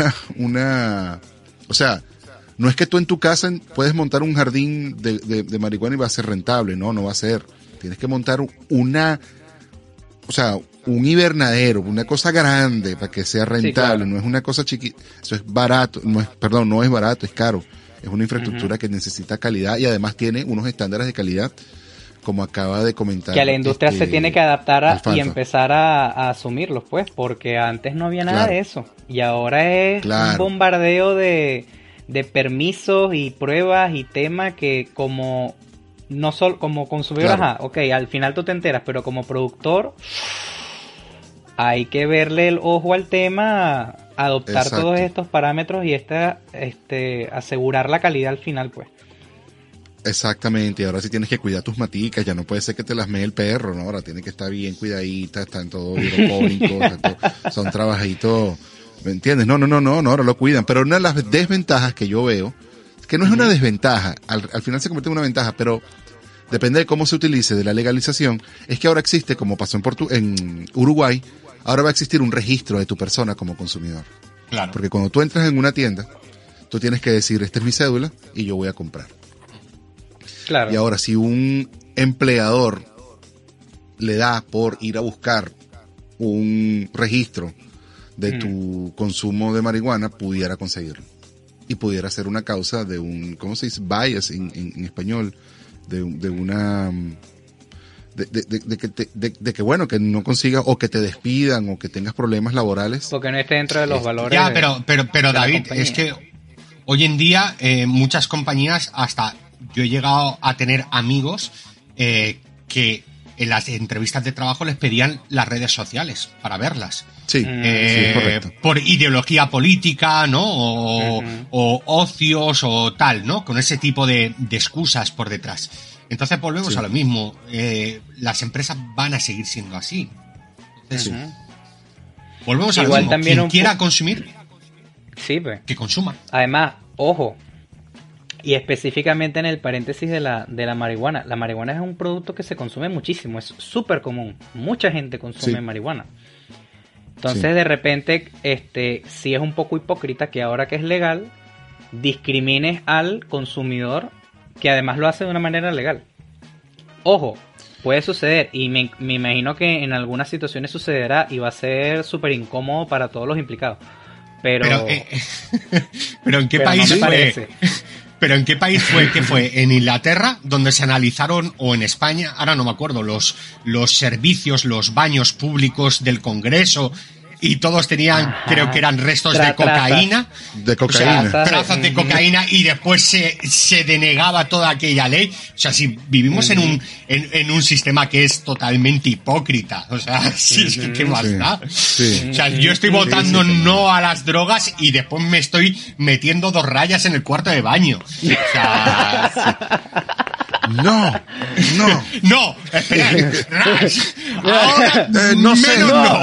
[SPEAKER 1] o sea, no es que tú en tu casa puedes montar un jardín de marihuana y va a ser rentable, no va a ser. Tienes que montar un invernadero, una cosa grande para que sea rentable,
[SPEAKER 3] claro.
[SPEAKER 1] no es una cosa chiquita. Eso es barato, no es barato, es caro. Es una infraestructura que necesita calidad y además tiene unos estándares de calidad, como acaba de comentar.
[SPEAKER 3] Que la industria se tiene que adaptar
[SPEAKER 1] Alfalfa.
[SPEAKER 3] y empezar a asumirlos, pues, porque antes no había nada
[SPEAKER 1] Claro.
[SPEAKER 3] de eso. Y ahora es
[SPEAKER 1] Claro.
[SPEAKER 3] un bombardeo de permisos y pruebas y temas que como no solo como consumidor,
[SPEAKER 1] Claro.
[SPEAKER 3] ajá, ok, al final tú te enteras, pero como productor hay que verle el ojo al tema, adoptar
[SPEAKER 1] Exacto.
[SPEAKER 3] todos estos parámetros y asegurar la calidad al final, pues.
[SPEAKER 1] Exactamente, y ahora sí tienes que cuidar tus maticas, ya no puede ser que te las mee el perro, ¿no? Ahora tiene que estar bien cuidadita, están todo hidropónicos, son trabajaditos, ¿me entiendes? No, ahora lo cuidan, pero una de las desventajas que yo veo, que no es una desventaja, al final se convierte en una ventaja, pero depende de cómo se utilice de la legalización, es que ahora existe, como pasó en Uruguay, ahora va a existir un registro de tu persona como consumidor.
[SPEAKER 2] Claro.
[SPEAKER 1] Porque cuando tú entras en una tienda, tú tienes que decir, esta es mi cédula y yo voy a comprar.
[SPEAKER 3] Claro.
[SPEAKER 1] Y ahora, si un empleador le da por ir a buscar un registro de tu consumo de marihuana pudiera conseguirlo. Y pudiera ser una causa de un, ¿cómo se dice? Bias en español, de una... De que bueno, que no consigas o que te despidan o que tengas problemas laborales.
[SPEAKER 3] Porque no esté dentro de los valores.
[SPEAKER 2] Ya, pero David, es que hoy en día muchas compañías, hasta yo he llegado a tener amigos que en las entrevistas de trabajo les pedían las redes sociales para verlas.
[SPEAKER 1] Sí, sí, correcto.
[SPEAKER 2] Por ideología política, ¿no? O ocios o tal, ¿no? Con ese tipo de excusas por detrás. Entonces volvemos a lo mismo. Las empresas van a seguir siendo así. Entonces, volvemos a lo mismo. Quien quiera consumir,
[SPEAKER 3] sí, pues,
[SPEAKER 2] que consuma.
[SPEAKER 3] Además, ojo, y específicamente en el paréntesis de la marihuana. La marihuana es un producto que se consume muchísimo, es súper común. Mucha gente consume marihuana. Entonces, de repente, sí es un poco hipócrita que ahora que es legal, discrimines al consumidor que además lo hace de una manera legal. Ojo, puede suceder y me imagino que en algunas situaciones sucederá y va a ser súper incómodo para todos los implicados. Pero
[SPEAKER 2] ¿en qué país fue? ¿Pero en qué país fue? ¿Qué fue? ¿En Inglaterra, donde se analizaron, o en España? Ahora no me acuerdo, los servicios, los baños públicos del Congreso, y todos tenían, creo que eran restos de cocaína.
[SPEAKER 1] De cocaína.
[SPEAKER 2] O sea, trazas de cocaína, y después se denegaba toda aquella ley. O sea, si vivimos en un sistema que es totalmente hipócrita. O sea, ¿qué más da?
[SPEAKER 1] Sí.
[SPEAKER 2] O sea, yo estoy votando no a las drogas y después me estoy metiendo 2 rayas en el cuarto de baño. O sea...
[SPEAKER 1] No,
[SPEAKER 2] espera. Ahora,
[SPEAKER 1] no sé,
[SPEAKER 2] no.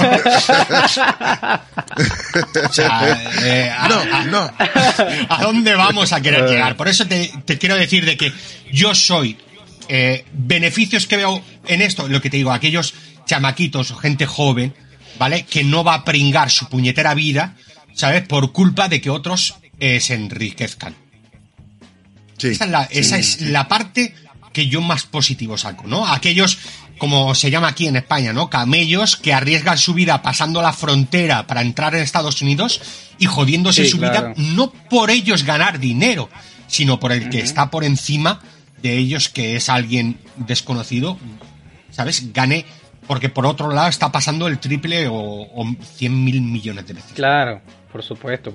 [SPEAKER 2] O sea,
[SPEAKER 1] no.
[SPEAKER 2] ¿A dónde vamos a querer llegar? Por eso te quiero decir de que yo soy beneficios que veo en esto, lo que te digo, aquellos chamaquitos o gente joven, ¿vale? Que no va a pringar su puñetera vida, ¿sabes? Por culpa de que otros se enriquezcan.
[SPEAKER 1] Sí,
[SPEAKER 2] esa es la parte que yo más positivo saco, ¿no? Aquellos, como se llama aquí en España, ¿no? Camellos que arriesgan su vida pasando la frontera para entrar en Estados Unidos y jodiéndose su vida, no por ellos ganar dinero, sino por el que está por encima de ellos, que es alguien desconocido, ¿sabes? Gane, porque por otro lado está pasando el triple o 100.000 millones de veces.
[SPEAKER 3] Claro, por supuesto.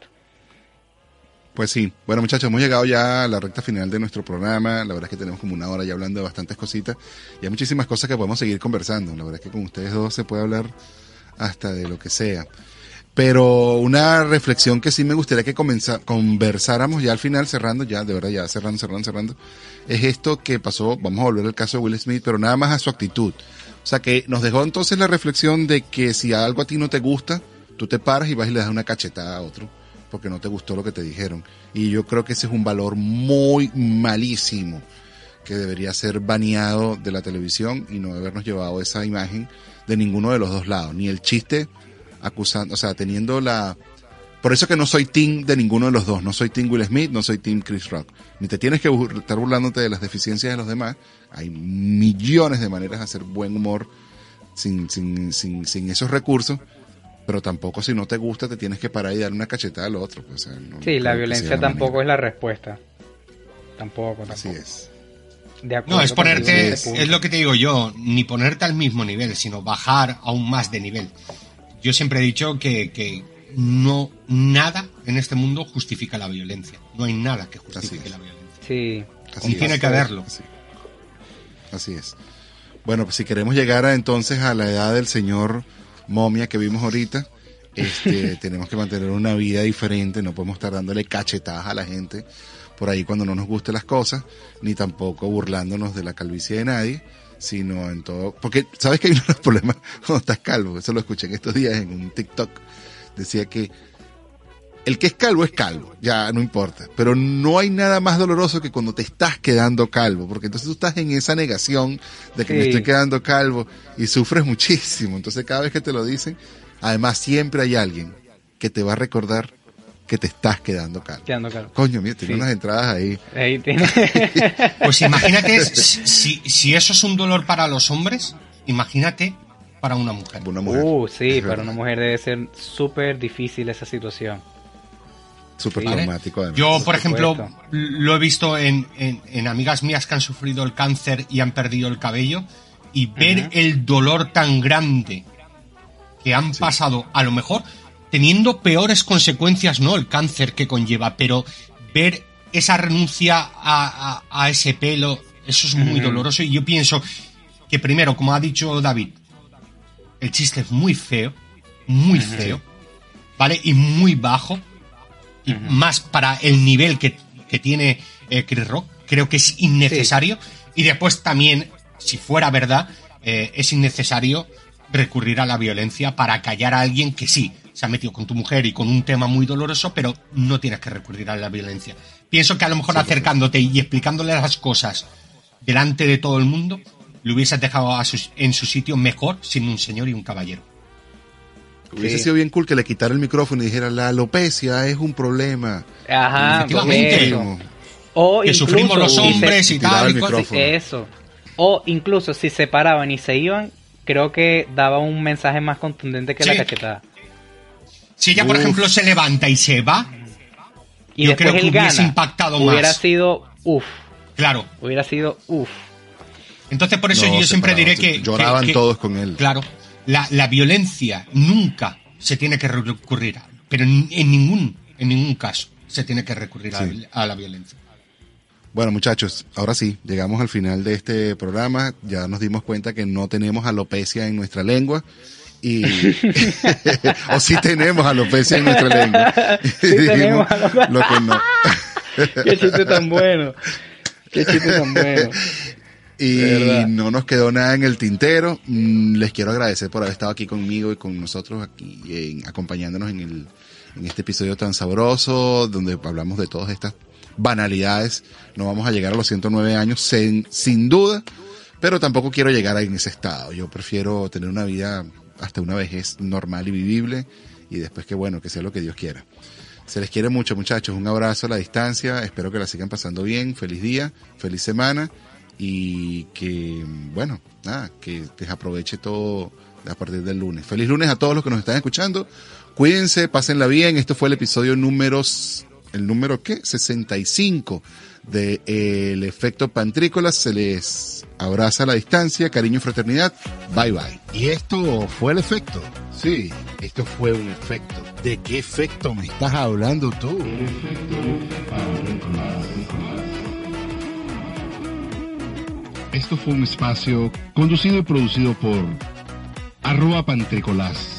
[SPEAKER 1] Pues sí, bueno muchachos, hemos llegado ya a la recta final de nuestro programa. La verdad es que tenemos como 1 hora ya hablando de bastantes cositas y hay muchísimas cosas que podemos seguir conversando. La verdad es que con ustedes dos se puede hablar hasta de lo que sea. Pero una reflexión que sí me gustaría que conversáramos ya al final, cerrando, ya de verdad ya cerrando, es esto que pasó. Vamos a volver al caso de Will Smith, pero nada más a su actitud. O sea, que nos dejó entonces la reflexión de que si algo a ti no te gusta, tú te paras y vas y le das una cachetada a otro porque no te gustó lo que te dijeron. Y yo creo que ese es un valor muy malísimo que debería ser baneado de la televisión y no habernos llevado esa imagen de ninguno de los dos lados. Ni el chiste acusando, o sea, teniendo la... Por eso que no soy team de ninguno de los dos. No soy team Will Smith, no soy team Chris Rock. Ni te tienes que estar burlándote de las deficiencias de los demás. Hay millones de maneras de hacer buen humor sin esos recursos. Pero tampoco, si no te gusta, te tienes que parar y dar una cachetada al otro. Pues, o sea,
[SPEAKER 3] sí, la violencia tampoco es la respuesta. Tampoco.
[SPEAKER 1] Así es.
[SPEAKER 2] No, es ponerte, es lo que te digo yo, ni ponerte al mismo nivel, sino bajar aún más de nivel. Yo siempre he dicho que no, nada en este mundo justifica la violencia. No hay nada que justifique la violencia.
[SPEAKER 3] Sí.
[SPEAKER 2] Y tiene que haberlo.
[SPEAKER 1] Así es. Bueno, pues si queremos llegar entonces a la edad del señor Momia que vimos ahorita, tenemos que mantener una vida diferente. No podemos estar dándole cachetadas a la gente por ahí cuando no nos gusten las cosas, ni tampoco burlándonos de la calvicie de nadie, sino en todo, porque sabes que hay uno de los problemas cuando estás calvo. Eso lo escuché en estos días en un TikTok. Decía que el que es calvo, ya no importa, pero no hay nada más doloroso que cuando te estás quedando calvo, porque entonces tú estás en esa negación de que me estoy quedando calvo y sufres muchísimo. Entonces cada vez que te lo dicen, además siempre hay alguien que te va a recordar que te estás quedando calvo. Coño, mira, tiene unas entradas ahí.
[SPEAKER 3] Ahí tiene.
[SPEAKER 2] Pues imagínate, si eso es un dolor para los hombres, imagínate para una mujer.
[SPEAKER 1] Una mujer.
[SPEAKER 3] Sí,
[SPEAKER 1] Es
[SPEAKER 3] para
[SPEAKER 1] verdad.
[SPEAKER 3] una mujer debe ser súper difícil esa situación.
[SPEAKER 1] Súper
[SPEAKER 2] ¿Vale?
[SPEAKER 1] traumático además.
[SPEAKER 2] Yo, por ejemplo,
[SPEAKER 3] supuesto.
[SPEAKER 2] lo he visto en amigas mías que han sufrido el cáncer y han perdido el cabello, y ver el dolor tan grande que han pasado, a lo mejor teniendo peores consecuencias, ¿no? El cáncer que conlleva, pero ver esa renuncia a ese pelo, eso es muy doloroso. Y yo pienso que primero, como ha dicho David, el chiste es muy feo, ¿vale? Y muy bajo, y más para el nivel que tiene Chris Rock, creo que es innecesario. Y después también, si fuera verdad, es innecesario recurrir a la violencia para callar a alguien que sí se ha metido con tu mujer y con un tema muy doloroso, pero no tienes que recurrir a la violencia. Pienso que a lo mejor acercándote y explicándole las cosas delante de todo el mundo, lo hubieses dejado en su sitio mejor siendo un señor y un caballero.
[SPEAKER 1] Hubiese sido bien cool que le quitara el micrófono y dijera, la alopecia es un problema.
[SPEAKER 3] Ajá,
[SPEAKER 2] Efectivamente.
[SPEAKER 3] eso. O
[SPEAKER 2] Que
[SPEAKER 3] incluso,
[SPEAKER 2] sufrimos los hombres y
[SPEAKER 1] tiraba
[SPEAKER 2] tal.
[SPEAKER 1] el
[SPEAKER 2] Y cosas.
[SPEAKER 1] micrófono.
[SPEAKER 3] Eso. O incluso si se paraban y se iban, creo que daba un mensaje más contundente que la
[SPEAKER 2] Sí.
[SPEAKER 3] cachetada.
[SPEAKER 2] Si ella, por ejemplo, se levanta y se va,
[SPEAKER 3] Y
[SPEAKER 2] yo
[SPEAKER 3] después
[SPEAKER 2] creo que
[SPEAKER 3] él
[SPEAKER 2] hubiese
[SPEAKER 3] gana,
[SPEAKER 2] impactado
[SPEAKER 3] hubiera
[SPEAKER 2] más.
[SPEAKER 3] sido
[SPEAKER 2] Claro.
[SPEAKER 3] hubiera sido
[SPEAKER 2] Entonces, por eso
[SPEAKER 1] No,
[SPEAKER 2] yo siempre diré
[SPEAKER 1] separados,
[SPEAKER 2] que...
[SPEAKER 1] lloraban
[SPEAKER 2] que-
[SPEAKER 1] todos con él.
[SPEAKER 2] Claro. La violencia nunca se tiene que recurrir a... Pero en ningún caso se tiene que recurrir a la violencia.
[SPEAKER 1] Bueno, muchachos, ahora sí, llegamos al final de este programa. Ya nos dimos cuenta que no tenemos alopecia en nuestra lengua. Y o sí tenemos alopecia en nuestra lengua.
[SPEAKER 3] Sí
[SPEAKER 1] Y dijimos
[SPEAKER 3] tenemos alopecia.
[SPEAKER 1] lo que no.
[SPEAKER 3] Qué chiste tan bueno. Qué chiste tan bueno.
[SPEAKER 1] Y
[SPEAKER 3] De verdad.
[SPEAKER 1] no nos quedó nada en el tintero. Les quiero agradecer por haber estado aquí conmigo y con nosotros aquí, acompañándonos en este episodio tan sabroso, donde hablamos de todas estas banalidades. No vamos a llegar a los 109 años sin duda, pero tampoco quiero llegar en ese estado. Yo prefiero tener una vida hasta una vejez normal y vivible, y después que sea lo que Dios quiera. Se les quiere mucho, muchachos. Un abrazo a la distancia. Espero que la sigan pasando bien. Feliz día, feliz semana, y que, que les aproveche todo a partir del lunes. Feliz lunes a todos los que nos están escuchando. Cuídense, pásenla bien. Esto fue el episodio número 65 de El Efecto Pantrícola. Se les abraza a la distancia, cariño y fraternidad. Bye bye.
[SPEAKER 4] Y esto fue el efecto. Sí, esto fue un efecto. ¿De qué efecto me estás hablando tú? Esto fue un espacio conducido y producido por @Pantricolás.